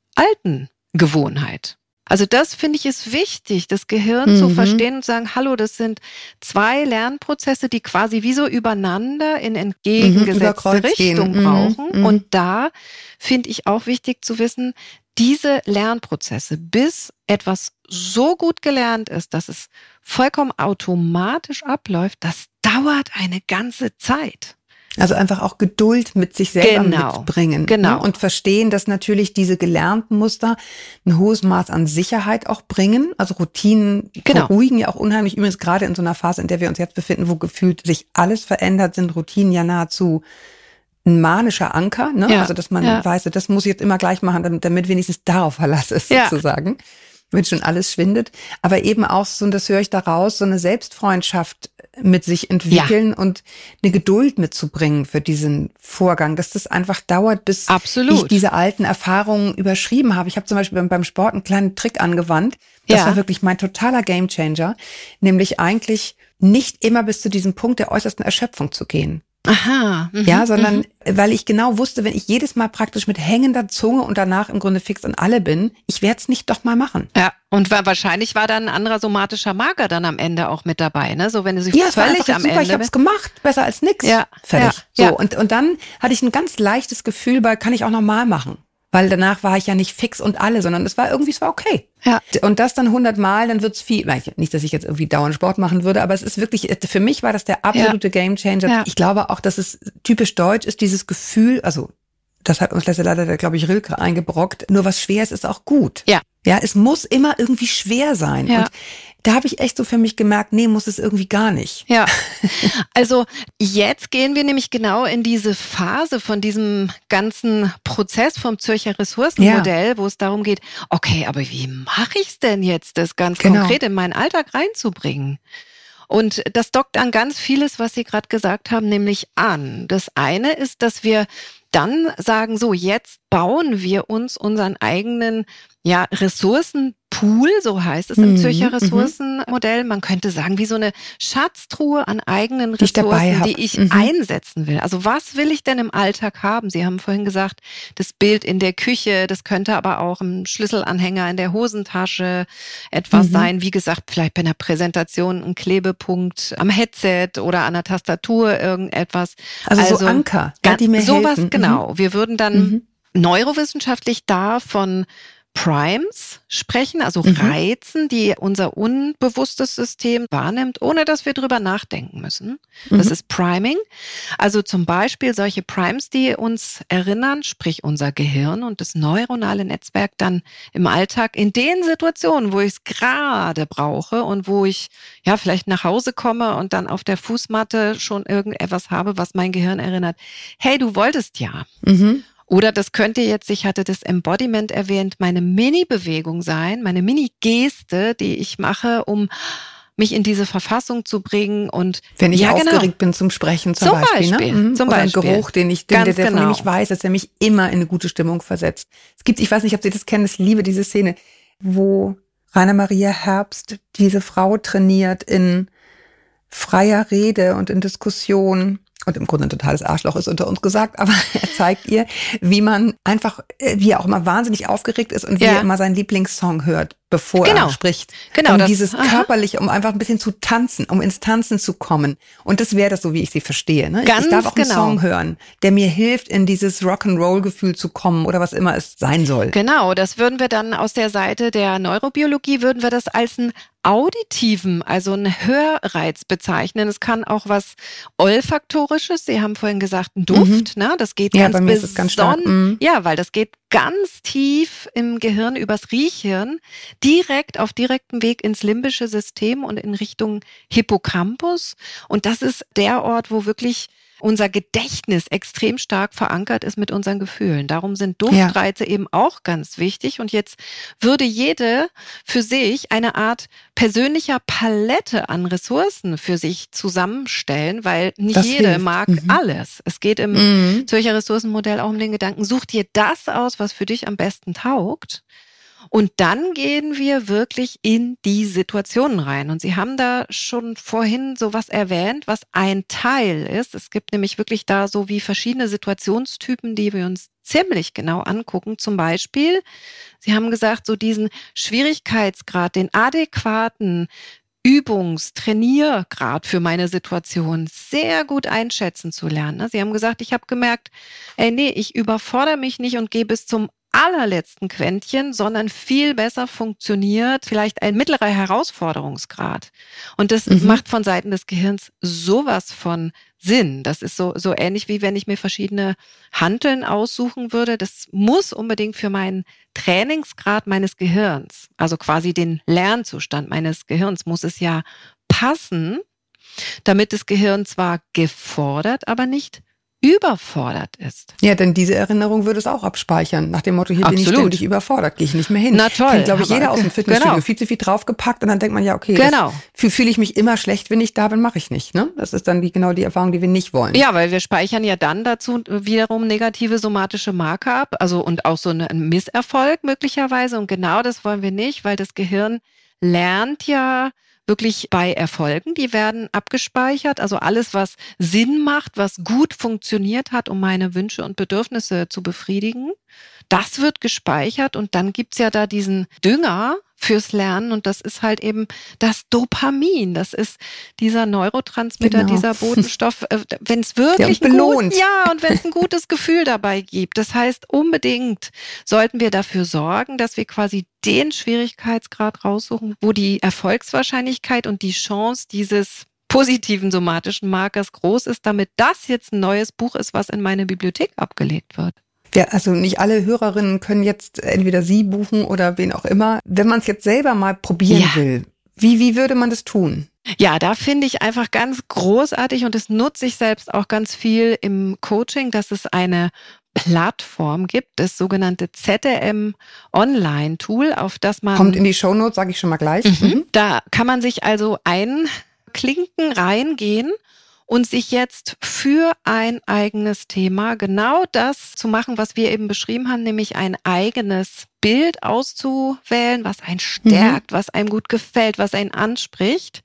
Speaker 3: alten Gewohnheit. Also das finde ich ist wichtig, das Gehirn mhm. zu verstehen und zu sagen, hallo, das sind zwei Lernprozesse, die quasi wie so übereinander in entgegengesetzte mhm, Richtung gehen. brauchen. Mhm. Und da finde ich auch wichtig zu wissen, diese Lernprozesse, bis etwas so gut gelernt ist, dass es vollkommen automatisch abläuft, das dauert eine ganze Zeit.
Speaker 2: Also einfach auch Geduld mit sich selber
Speaker 3: genau,
Speaker 2: mitbringen.
Speaker 3: Genau.
Speaker 2: Ne? Und verstehen, dass natürlich diese gelernten Muster ein hohes Maß an Sicherheit auch bringen. Also Routinen
Speaker 3: genau.
Speaker 2: beruhigen ja auch unheimlich. Übrigens gerade in so einer Phase, in der wir uns jetzt befinden, wo gefühlt sich alles verändert, sind Routinen ja nahezu ein manischer Anker. Ne?
Speaker 3: Ja.
Speaker 2: Also dass man
Speaker 3: ja.
Speaker 2: weiß, das muss ich jetzt immer gleich machen, damit, damit wenigstens darauf Verlass ist
Speaker 3: ja.
Speaker 2: sozusagen. Wenn schon alles schwindet. Aber eben auch so, und das höre ich daraus, so eine Selbstfreundschaft mit sich entwickeln ja. und eine Geduld mitzubringen für diesen Vorgang, dass das einfach dauert, bis
Speaker 3: Absolut.
Speaker 2: ich diese alten Erfahrungen überschrieben habe. Ich habe zum Beispiel beim, beim Sport einen kleinen Trick angewandt. Das
Speaker 3: ja.
Speaker 2: war wirklich mein totaler Gamechanger, nämlich eigentlich nicht immer bis zu diesem Punkt der äußersten Erschöpfung zu gehen.
Speaker 3: Aha. Mhm,
Speaker 2: ja, sondern
Speaker 3: mhm.
Speaker 2: weil ich genau wusste, wenn ich jedes Mal praktisch mit hängender Zunge und danach im Grunde fix an alle bin, ich werde es nicht doch mal machen.
Speaker 3: Ja, und war, wahrscheinlich war dann ein anderer somatischer Marker dann am Ende auch mit dabei, ne? So wenn du sie
Speaker 2: ja,
Speaker 3: völlig
Speaker 2: es war
Speaker 3: am
Speaker 2: super,
Speaker 3: Ende.
Speaker 2: ich habe es gemacht, besser als nix.
Speaker 3: Ja,
Speaker 2: fertig.
Speaker 3: Ja,
Speaker 2: so
Speaker 3: ja.
Speaker 2: und und dann hatte ich ein ganz leichtes Gefühl, weil kann ich auch normal machen. Weil danach war ich ja nicht fix und alle, sondern es war irgendwie, es war okay.
Speaker 3: Ja.
Speaker 2: Und das dann hundert Mal, dann wird's viel. Nicht, dass ich jetzt irgendwie dauernd Sport machen würde, aber es ist wirklich, für mich war das der absolute ja. Gamechanger.
Speaker 3: Ja.
Speaker 2: Ich glaube auch, dass es typisch deutsch ist, dieses Gefühl, also das hat uns leider, der, glaube ich, Rilke eingebrockt, nur was schwer ist, ist auch gut.
Speaker 3: Ja.
Speaker 2: Ja, es muss immer irgendwie schwer sein.
Speaker 3: Ja.
Speaker 2: Und da habe ich echt so für mich gemerkt, nee, muss es irgendwie gar nicht.
Speaker 3: Ja, also jetzt gehen wir nämlich genau in diese Phase von diesem ganzen Prozess vom Zürcher Ressourcenmodell, ja. wo es darum geht, okay, aber wie mache ich es denn jetzt, das ganz genau. konkret in meinen Alltag reinzubringen? Und das dockt an ganz vieles, was Sie gerade gesagt haben, nämlich an. Das eine ist, dass wir dann sagen, so jetzt bauen wir uns unseren eigenen ja, Ressourcenpool, so heißt es im mhm, Zürcher Ressourcenmodell. Man könnte sagen, wie so eine Schatztruhe an eigenen
Speaker 2: die
Speaker 3: Ressourcen,
Speaker 2: ich
Speaker 3: die ich
Speaker 2: mhm.
Speaker 3: einsetzen will. Also was will ich denn im Alltag haben? Sie haben vorhin gesagt, das Bild in der Küche, das könnte aber auch ein Schlüsselanhänger in der Hosentasche etwas mhm. sein. Wie gesagt, vielleicht bei einer Präsentation ein Klebepunkt am Headset oder an der Tastatur irgendetwas.
Speaker 2: Also, also so Anker, ja, die mir
Speaker 3: sowas,
Speaker 2: helfen.
Speaker 3: Genau. Wir würden dann mhm. neurowissenschaftlich da von Primes sprechen, also
Speaker 2: mhm.
Speaker 3: Reizen, die unser unbewusstes System wahrnimmt, ohne dass wir drüber nachdenken müssen. Das mhm. ist Priming. Also zum Beispiel solche Primes, die uns erinnern, sprich unser Gehirn und das neuronale Netzwerk dann im Alltag in den Situationen, wo ich es gerade brauche und wo ich ja vielleicht nach Hause komme und dann auf der Fußmatte schon irgendetwas habe, was mein Gehirn erinnert. Hey, du wolltest ja.
Speaker 2: Mhm.
Speaker 3: Oder das könnte jetzt, ich hatte das Embodiment erwähnt, meine Mini-Bewegung sein, meine Mini-Geste, die ich mache, um mich in diese Verfassung zu bringen. Und
Speaker 2: wenn ich
Speaker 3: ja,
Speaker 2: aufgeregt
Speaker 3: genau.
Speaker 2: bin zum Sprechen zum,
Speaker 3: zum
Speaker 2: Beispiel.
Speaker 3: Beispiel
Speaker 2: Ne? Mhm.
Speaker 3: Zum
Speaker 2: Oder
Speaker 3: Beispiel.
Speaker 2: ein Geruch, den ich, den, der, der
Speaker 3: genau.
Speaker 2: von dem ich weiß, dass er mich immer in eine gute Stimmung versetzt. Es gibt, ich weiß nicht, ob Sie das kennen, ich liebe diese Szene, wo Rainer Maria Herbst diese Frau trainiert in freier Rede und in Diskussion. Und im Grunde ein totales Arschloch ist unter uns gesagt, aber er zeigt ihr, wie man einfach, wie er auch immer wahnsinnig aufgeregt ist und wie
Speaker 3: ja.
Speaker 2: er immer seinen Lieblingssong hört, bevor
Speaker 3: genau.
Speaker 2: er spricht.
Speaker 3: Genau.
Speaker 2: Um
Speaker 3: das,
Speaker 2: dieses
Speaker 3: aha.
Speaker 2: körperliche, um einfach ein bisschen zu tanzen, um ins Tanzen zu kommen. Und das wäre das so, wie ich sie verstehe. Ne?
Speaker 3: Ganz
Speaker 2: ich darf auch einen
Speaker 3: genau.
Speaker 2: Song hören, der mir hilft, in dieses Rock'n'Roll-Gefühl zu kommen oder was immer es sein soll.
Speaker 3: Genau, das würden wir dann aus der Seite der Neurobiologie, würden wir das als einen auditiven, also einen Hörreiz bezeichnen. Es kann auch was Olfaktorisches, Sie haben vorhin gesagt, ein Duft, mhm. ne? Das geht
Speaker 2: ja,
Speaker 3: ganz
Speaker 2: bei mir ist es ganz stark. Mhm.
Speaker 3: Ja, weil das geht ganz tief im Gehirn übers Riechhirn, direkt auf direktem Weg ins limbische System und in Richtung Hippocampus. Und das ist der Ort, wo wirklich unser Gedächtnis extrem stark verankert ist mit unseren Gefühlen. Darum sind Duftreize ja. eben auch ganz wichtig. Und jetzt würde jede für sich eine Art persönlicher Palette an Ressourcen für sich zusammenstellen, weil nicht
Speaker 2: das
Speaker 3: jede
Speaker 2: hilft.
Speaker 3: mag
Speaker 2: mhm.
Speaker 3: alles. Es geht im mhm. Zürcher Ressourcenmodell auch um den Gedanken, such dir das aus, was für dich am besten taugt. Und dann gehen wir wirklich in die Situationen rein. Und Sie haben da schon vorhin sowas erwähnt, was ein Teil ist. Es gibt nämlich wirklich da so wie verschiedene Situationstypen, die wir uns ziemlich genau angucken. Zum Beispiel, Sie haben gesagt, so diesen Schwierigkeitsgrad, den adäquaten Übungs-, Trainiergrad für meine Situation sehr gut einschätzen zu lernen. Sie haben gesagt, ich habe gemerkt, ey, nee, ich überfordere mich nicht und gehe bis zum allerletzten Quäntchen, sondern viel besser funktioniert vielleicht ein mittlerer Herausforderungsgrad. Und das mhm. macht von Seiten des Gehirns sowas von Sinn. Das ist so, so ähnlich wie wenn ich mir verschiedene Hanteln aussuchen würde. Das muss unbedingt für meinen Trainingsgrad meines Gehirns, also quasi den Lernzustand meines Gehirns, muss es ja passen, damit das Gehirn zwar gefordert, aber nicht überfordert ist.
Speaker 2: Ja, denn diese Erinnerung würde es auch abspeichern. Nach dem Motto, hier
Speaker 3: Absolut.
Speaker 2: bin ich ständig überfordert, gehe ich nicht mehr hin.
Speaker 3: Na toll.
Speaker 2: Kennt, glaube ich, jeder aus dem Fitnessstudio.
Speaker 3: Genau.
Speaker 2: Viel zu viel draufgepackt und dann denkt man, ja, okay,
Speaker 3: genau.
Speaker 2: fühle fühl ich mich immer schlecht, wenn ich da bin, mache ich nicht. Ne? Das ist dann die, genau die Erfahrung, die wir nicht wollen.
Speaker 3: Ja, weil wir speichern ja dann dazu wiederum negative somatische Marker ab, also und auch so einen Misserfolg möglicherweise. Und genau das wollen wir nicht, weil das Gehirn lernt ja wirklich bei Erfolgen, die werden abgespeichert, also alles, was Sinn macht, was gut funktioniert hat, um meine Wünsche und Bedürfnisse zu befriedigen, das wird gespeichert und dann gibt's ja da diesen Dünger fürs Lernen und das ist halt eben das Dopamin, das ist dieser Neurotransmitter, genau. dieser Botenstoff, wenn es wirklich
Speaker 2: belohnt.
Speaker 3: Gut, ja, und wenn es ein gutes Gefühl dabei gibt. Das heißt, unbedingt sollten wir dafür sorgen, dass wir quasi den Schwierigkeitsgrad raussuchen, wo die Erfolgswahrscheinlichkeit und die Chance dieses positiven somatischen Markers groß ist, damit das jetzt ein neues Buch ist, was in meine Bibliothek abgelegt wird.
Speaker 2: Ja, also nicht alle Hörerinnen können jetzt entweder Sie buchen oder wen auch immer. Wenn man es jetzt selber mal probieren
Speaker 3: ja.
Speaker 2: will, wie, wie würde man das tun?
Speaker 3: Ja, da finde ich einfach ganz großartig und das nutze ich selbst auch ganz viel im Coaching, dass es eine Plattform gibt, das sogenannte Z R M Online-Tool, auf das man...
Speaker 2: Kommt in die Shownotes, sage ich schon mal gleich.
Speaker 3: Mhm. Mhm. Da kann man sich also einklinken, reingehen und sich jetzt für ein eigenes Thema genau das zu machen, was wir eben beschrieben haben, nämlich ein eigenes Bild auszuwählen, was einen stärkt, mhm. was einem gut gefällt, was einen anspricht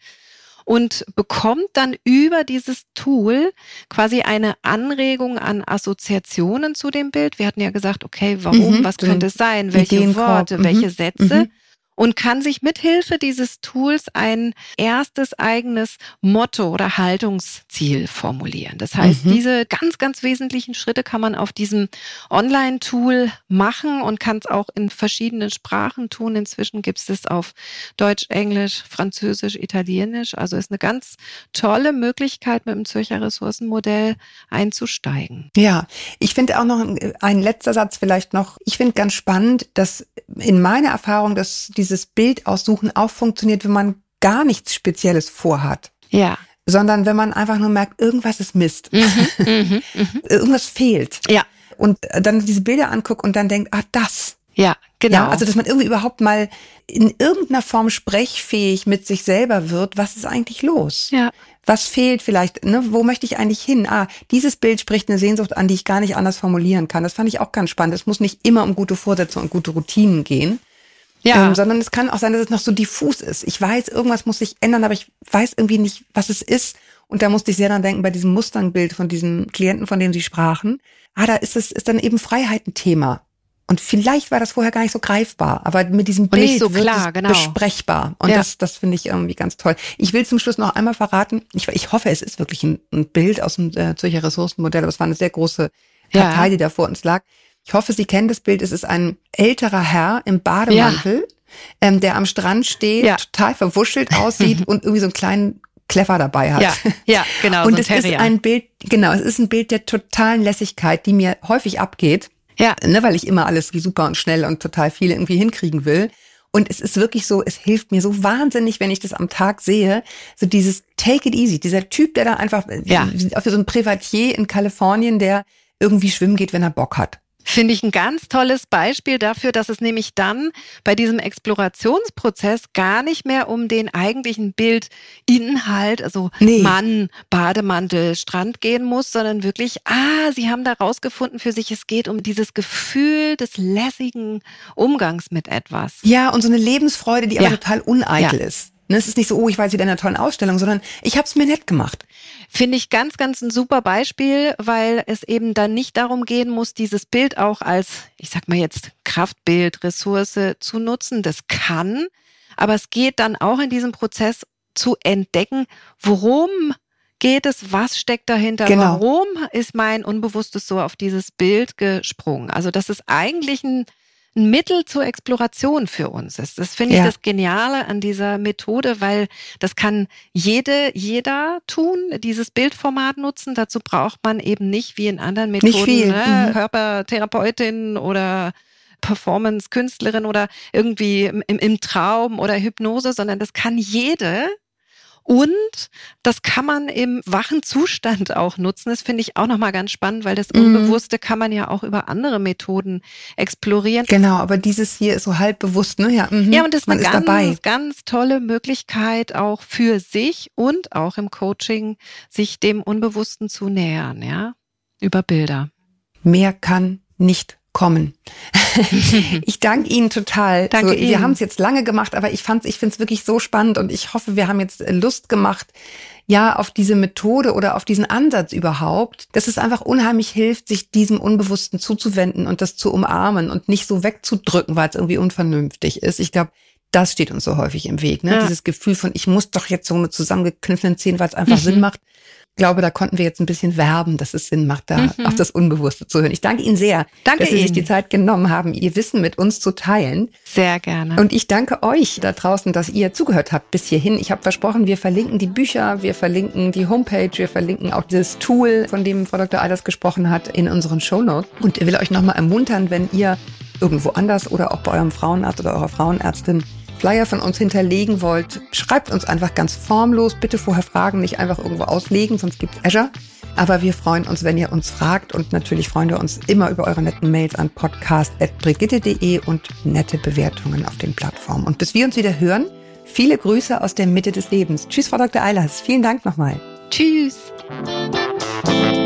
Speaker 3: und bekommt dann über dieses Tool quasi eine Anregung an Assoziationen zu dem Bild. Wir hatten ja gesagt, okay, warum, mhm. was könnte es sein, welche Worte, mhm. welche Sätze. Mhm. Und kann sich mithilfe dieses Tools ein erstes eigenes Motto oder Haltungsziel formulieren. Das heißt, mhm. diese ganz, ganz wesentlichen Schritte kann man auf diesem Online-Tool machen und kann es auch in verschiedenen Sprachen tun. Inzwischen gibt es es auf Deutsch, Englisch, Französisch, Italienisch. Also ist eine ganz tolle Möglichkeit, mit dem Zürcher Ressourcenmodell einzusteigen.
Speaker 2: Ja, ich finde auch noch ein, ein letzter Satz vielleicht noch. Ich finde ganz spannend, dass in meiner Erfahrung, dass die dieses Bild aussuchen auch funktioniert, wenn man gar nichts Spezielles vorhat.
Speaker 3: Ja.
Speaker 2: Sondern wenn man einfach nur merkt, irgendwas ist Mist. Mhm, mh, mh. Irgendwas fehlt.
Speaker 3: Ja.
Speaker 2: Und dann diese Bilder anguckt und dann denkt, ah, das.
Speaker 3: Ja, genau.
Speaker 2: Ja, also, dass man irgendwie überhaupt mal in irgendeiner Form sprechfähig mit sich selber wird. Was ist eigentlich los?
Speaker 3: Ja.
Speaker 2: Was fehlt vielleicht? Ne? Wo möchte ich eigentlich hin? Ah, dieses Bild spricht eine Sehnsucht an, die ich gar nicht anders formulieren kann. Das fand ich auch ganz spannend. Es muss nicht immer um gute Vorsätze und gute Routinen gehen. Ja. Ähm, sondern es kann auch sein, dass es noch so diffus ist. Ich weiß, irgendwas muss sich ändern, aber ich weiß irgendwie nicht, was es ist. Und da musste ich sehr dran denken bei diesem Mustang-Bild von diesem Klienten, von dem Sie sprachen. Ah, da ist es, ist dann eben Freiheit ein Thema. Und vielleicht war das vorher gar nicht so greifbar, aber mit diesem Bild
Speaker 3: nicht so
Speaker 2: wird
Speaker 3: klar,
Speaker 2: es
Speaker 3: genau.
Speaker 2: besprechbar. Und
Speaker 3: ja.
Speaker 2: das, das finde ich irgendwie ganz toll. Ich will zum Schluss noch einmal verraten, ich, ich hoffe, es ist wirklich ein, ein Bild aus dem äh, Zürcher Ressourcenmodell, aber es war eine sehr große Partei, ja. die da vor uns lag. Ich hoffe, Sie kennen das Bild. Es ist ein älterer Herr im Bademantel, ja. ähm, der am Strand steht, ja. total verwuschelt aussieht und irgendwie so einen kleinen Kleffer dabei hat.
Speaker 3: Ja, ja, genau.
Speaker 2: Und
Speaker 3: so
Speaker 2: es ist ein Bild, genau, es ist ein Bild der totalen Lässigkeit, die mir häufig abgeht.
Speaker 3: Ja.
Speaker 2: Ne, weil ich immer alles wie super und schnell und total viel irgendwie hinkriegen will. Und es ist wirklich so, es hilft mir so wahnsinnig, wenn ich das am Tag sehe, so dieses Take it easy, dieser Typ, der da einfach,
Speaker 3: ja.
Speaker 2: für so ein Privatier in Kalifornien, der irgendwie schwimmen geht, wenn er Bock hat.
Speaker 3: Finde ich ein ganz tolles Beispiel dafür, dass es nämlich dann bei diesem Explorationsprozess gar nicht mehr um den eigentlichen Bildinhalt, also nee. Mann, Bademantel, Strand gehen muss, sondern wirklich, ah, sie haben da rausgefunden für sich, es geht um dieses Gefühl des lässigen Umgangs mit etwas.
Speaker 2: Ja, und so eine Lebensfreude, die
Speaker 3: ja.
Speaker 2: aber total uneitel
Speaker 3: ja.
Speaker 2: ist. Es ist nicht so, oh, ich war jetzt wieder in einer tollen Ausstellung, sondern ich habe es mir nett gemacht.
Speaker 3: Finde ich ganz, ganz ein super Beispiel, weil es eben dann nicht darum gehen muss, dieses Bild auch als, ich sag mal jetzt, Kraftbild, Ressource zu nutzen. Das kann, aber es geht dann auch in diesem Prozess zu entdecken, worum geht es, was steckt dahinter,
Speaker 2: genau.
Speaker 3: warum ist mein Unbewusstes so auf dieses Bild gesprungen. Also das ist eigentlich ein ein Mittel zur Exploration für uns ist. Das finde ich ja. das Geniale an dieser Methode, weil das kann jede, jeder tun, dieses Bildformat nutzen. Dazu braucht man eben nicht wie in anderen Methoden ne, mhm. Körpertherapeutin oder Performance-Künstlerin oder irgendwie im, im Traum oder Hypnose, sondern das kann jede. Und das kann man im wachen Zustand auch nutzen. Das finde ich auch nochmal ganz spannend, weil das Unbewusste kann man ja auch über andere Methoden explorieren.
Speaker 2: Genau, aber dieses hier ist so halb bewusst, ne? Ja, mhm.
Speaker 3: ja und das ist
Speaker 2: man
Speaker 3: eine
Speaker 2: ist
Speaker 3: ganz,
Speaker 2: dabei.
Speaker 3: ganz tolle Möglichkeit auch für sich und auch im Coaching, sich dem Unbewussten zu nähern, ja, über Bilder.
Speaker 2: Mehr kann nicht kommen. Ich danke Ihnen total.
Speaker 3: Danke
Speaker 2: so,
Speaker 3: Ihnen.
Speaker 2: Wir haben es jetzt lange gemacht, aber ich fand's, ich finde es wirklich so spannend und ich hoffe, wir haben jetzt Lust gemacht, ja, auf diese Methode oder auf diesen Ansatz überhaupt, dass es einfach unheimlich hilft, sich diesem Unbewussten zuzuwenden und das zu umarmen und nicht so wegzudrücken, weil es irgendwie unvernünftig ist. Ich glaube, das steht uns so häufig im Weg, ne? Ja. Dieses Gefühl von, ich muss doch jetzt so mit zusammengekniffenen Zähnen, weil es einfach mhm. Sinn macht. Ich glaube, da konnten wir jetzt ein bisschen werben, dass es Sinn macht, da mhm. auf das Unbewusste zu hören. Ich danke Ihnen sehr,
Speaker 3: danke
Speaker 2: dass Sie
Speaker 3: Ihnen.
Speaker 2: sich die Zeit genommen haben, Ihr Wissen mit uns zu teilen.
Speaker 3: Sehr gerne.
Speaker 2: Und ich danke euch da draußen, dass ihr zugehört habt bis hierhin. Ich habe versprochen, wir verlinken die Bücher, wir verlinken die Homepage, wir verlinken auch dieses Tool, von dem Frau Doktor Eilers gesprochen hat, in unseren Shownotes. Und ich will euch nochmal ermuntern, wenn ihr irgendwo anders oder auch bei eurem Frauenarzt oder eurer Frauenärztin Flyer von uns hinterlegen wollt, schreibt uns einfach ganz formlos. Bitte vorher fragen, nicht einfach irgendwo auslegen, sonst gibt's Azure. Aber wir freuen uns, wenn ihr uns fragt und natürlich freuen wir uns immer über eure netten Mails an podcast at brigitte punkt de und nette Bewertungen auf den Plattformen. Und bis wir uns wieder hören, viele Grüße aus der Mitte des Lebens. Tschüss, Frau Doktor Eilers. Vielen Dank nochmal.
Speaker 3: Tschüss.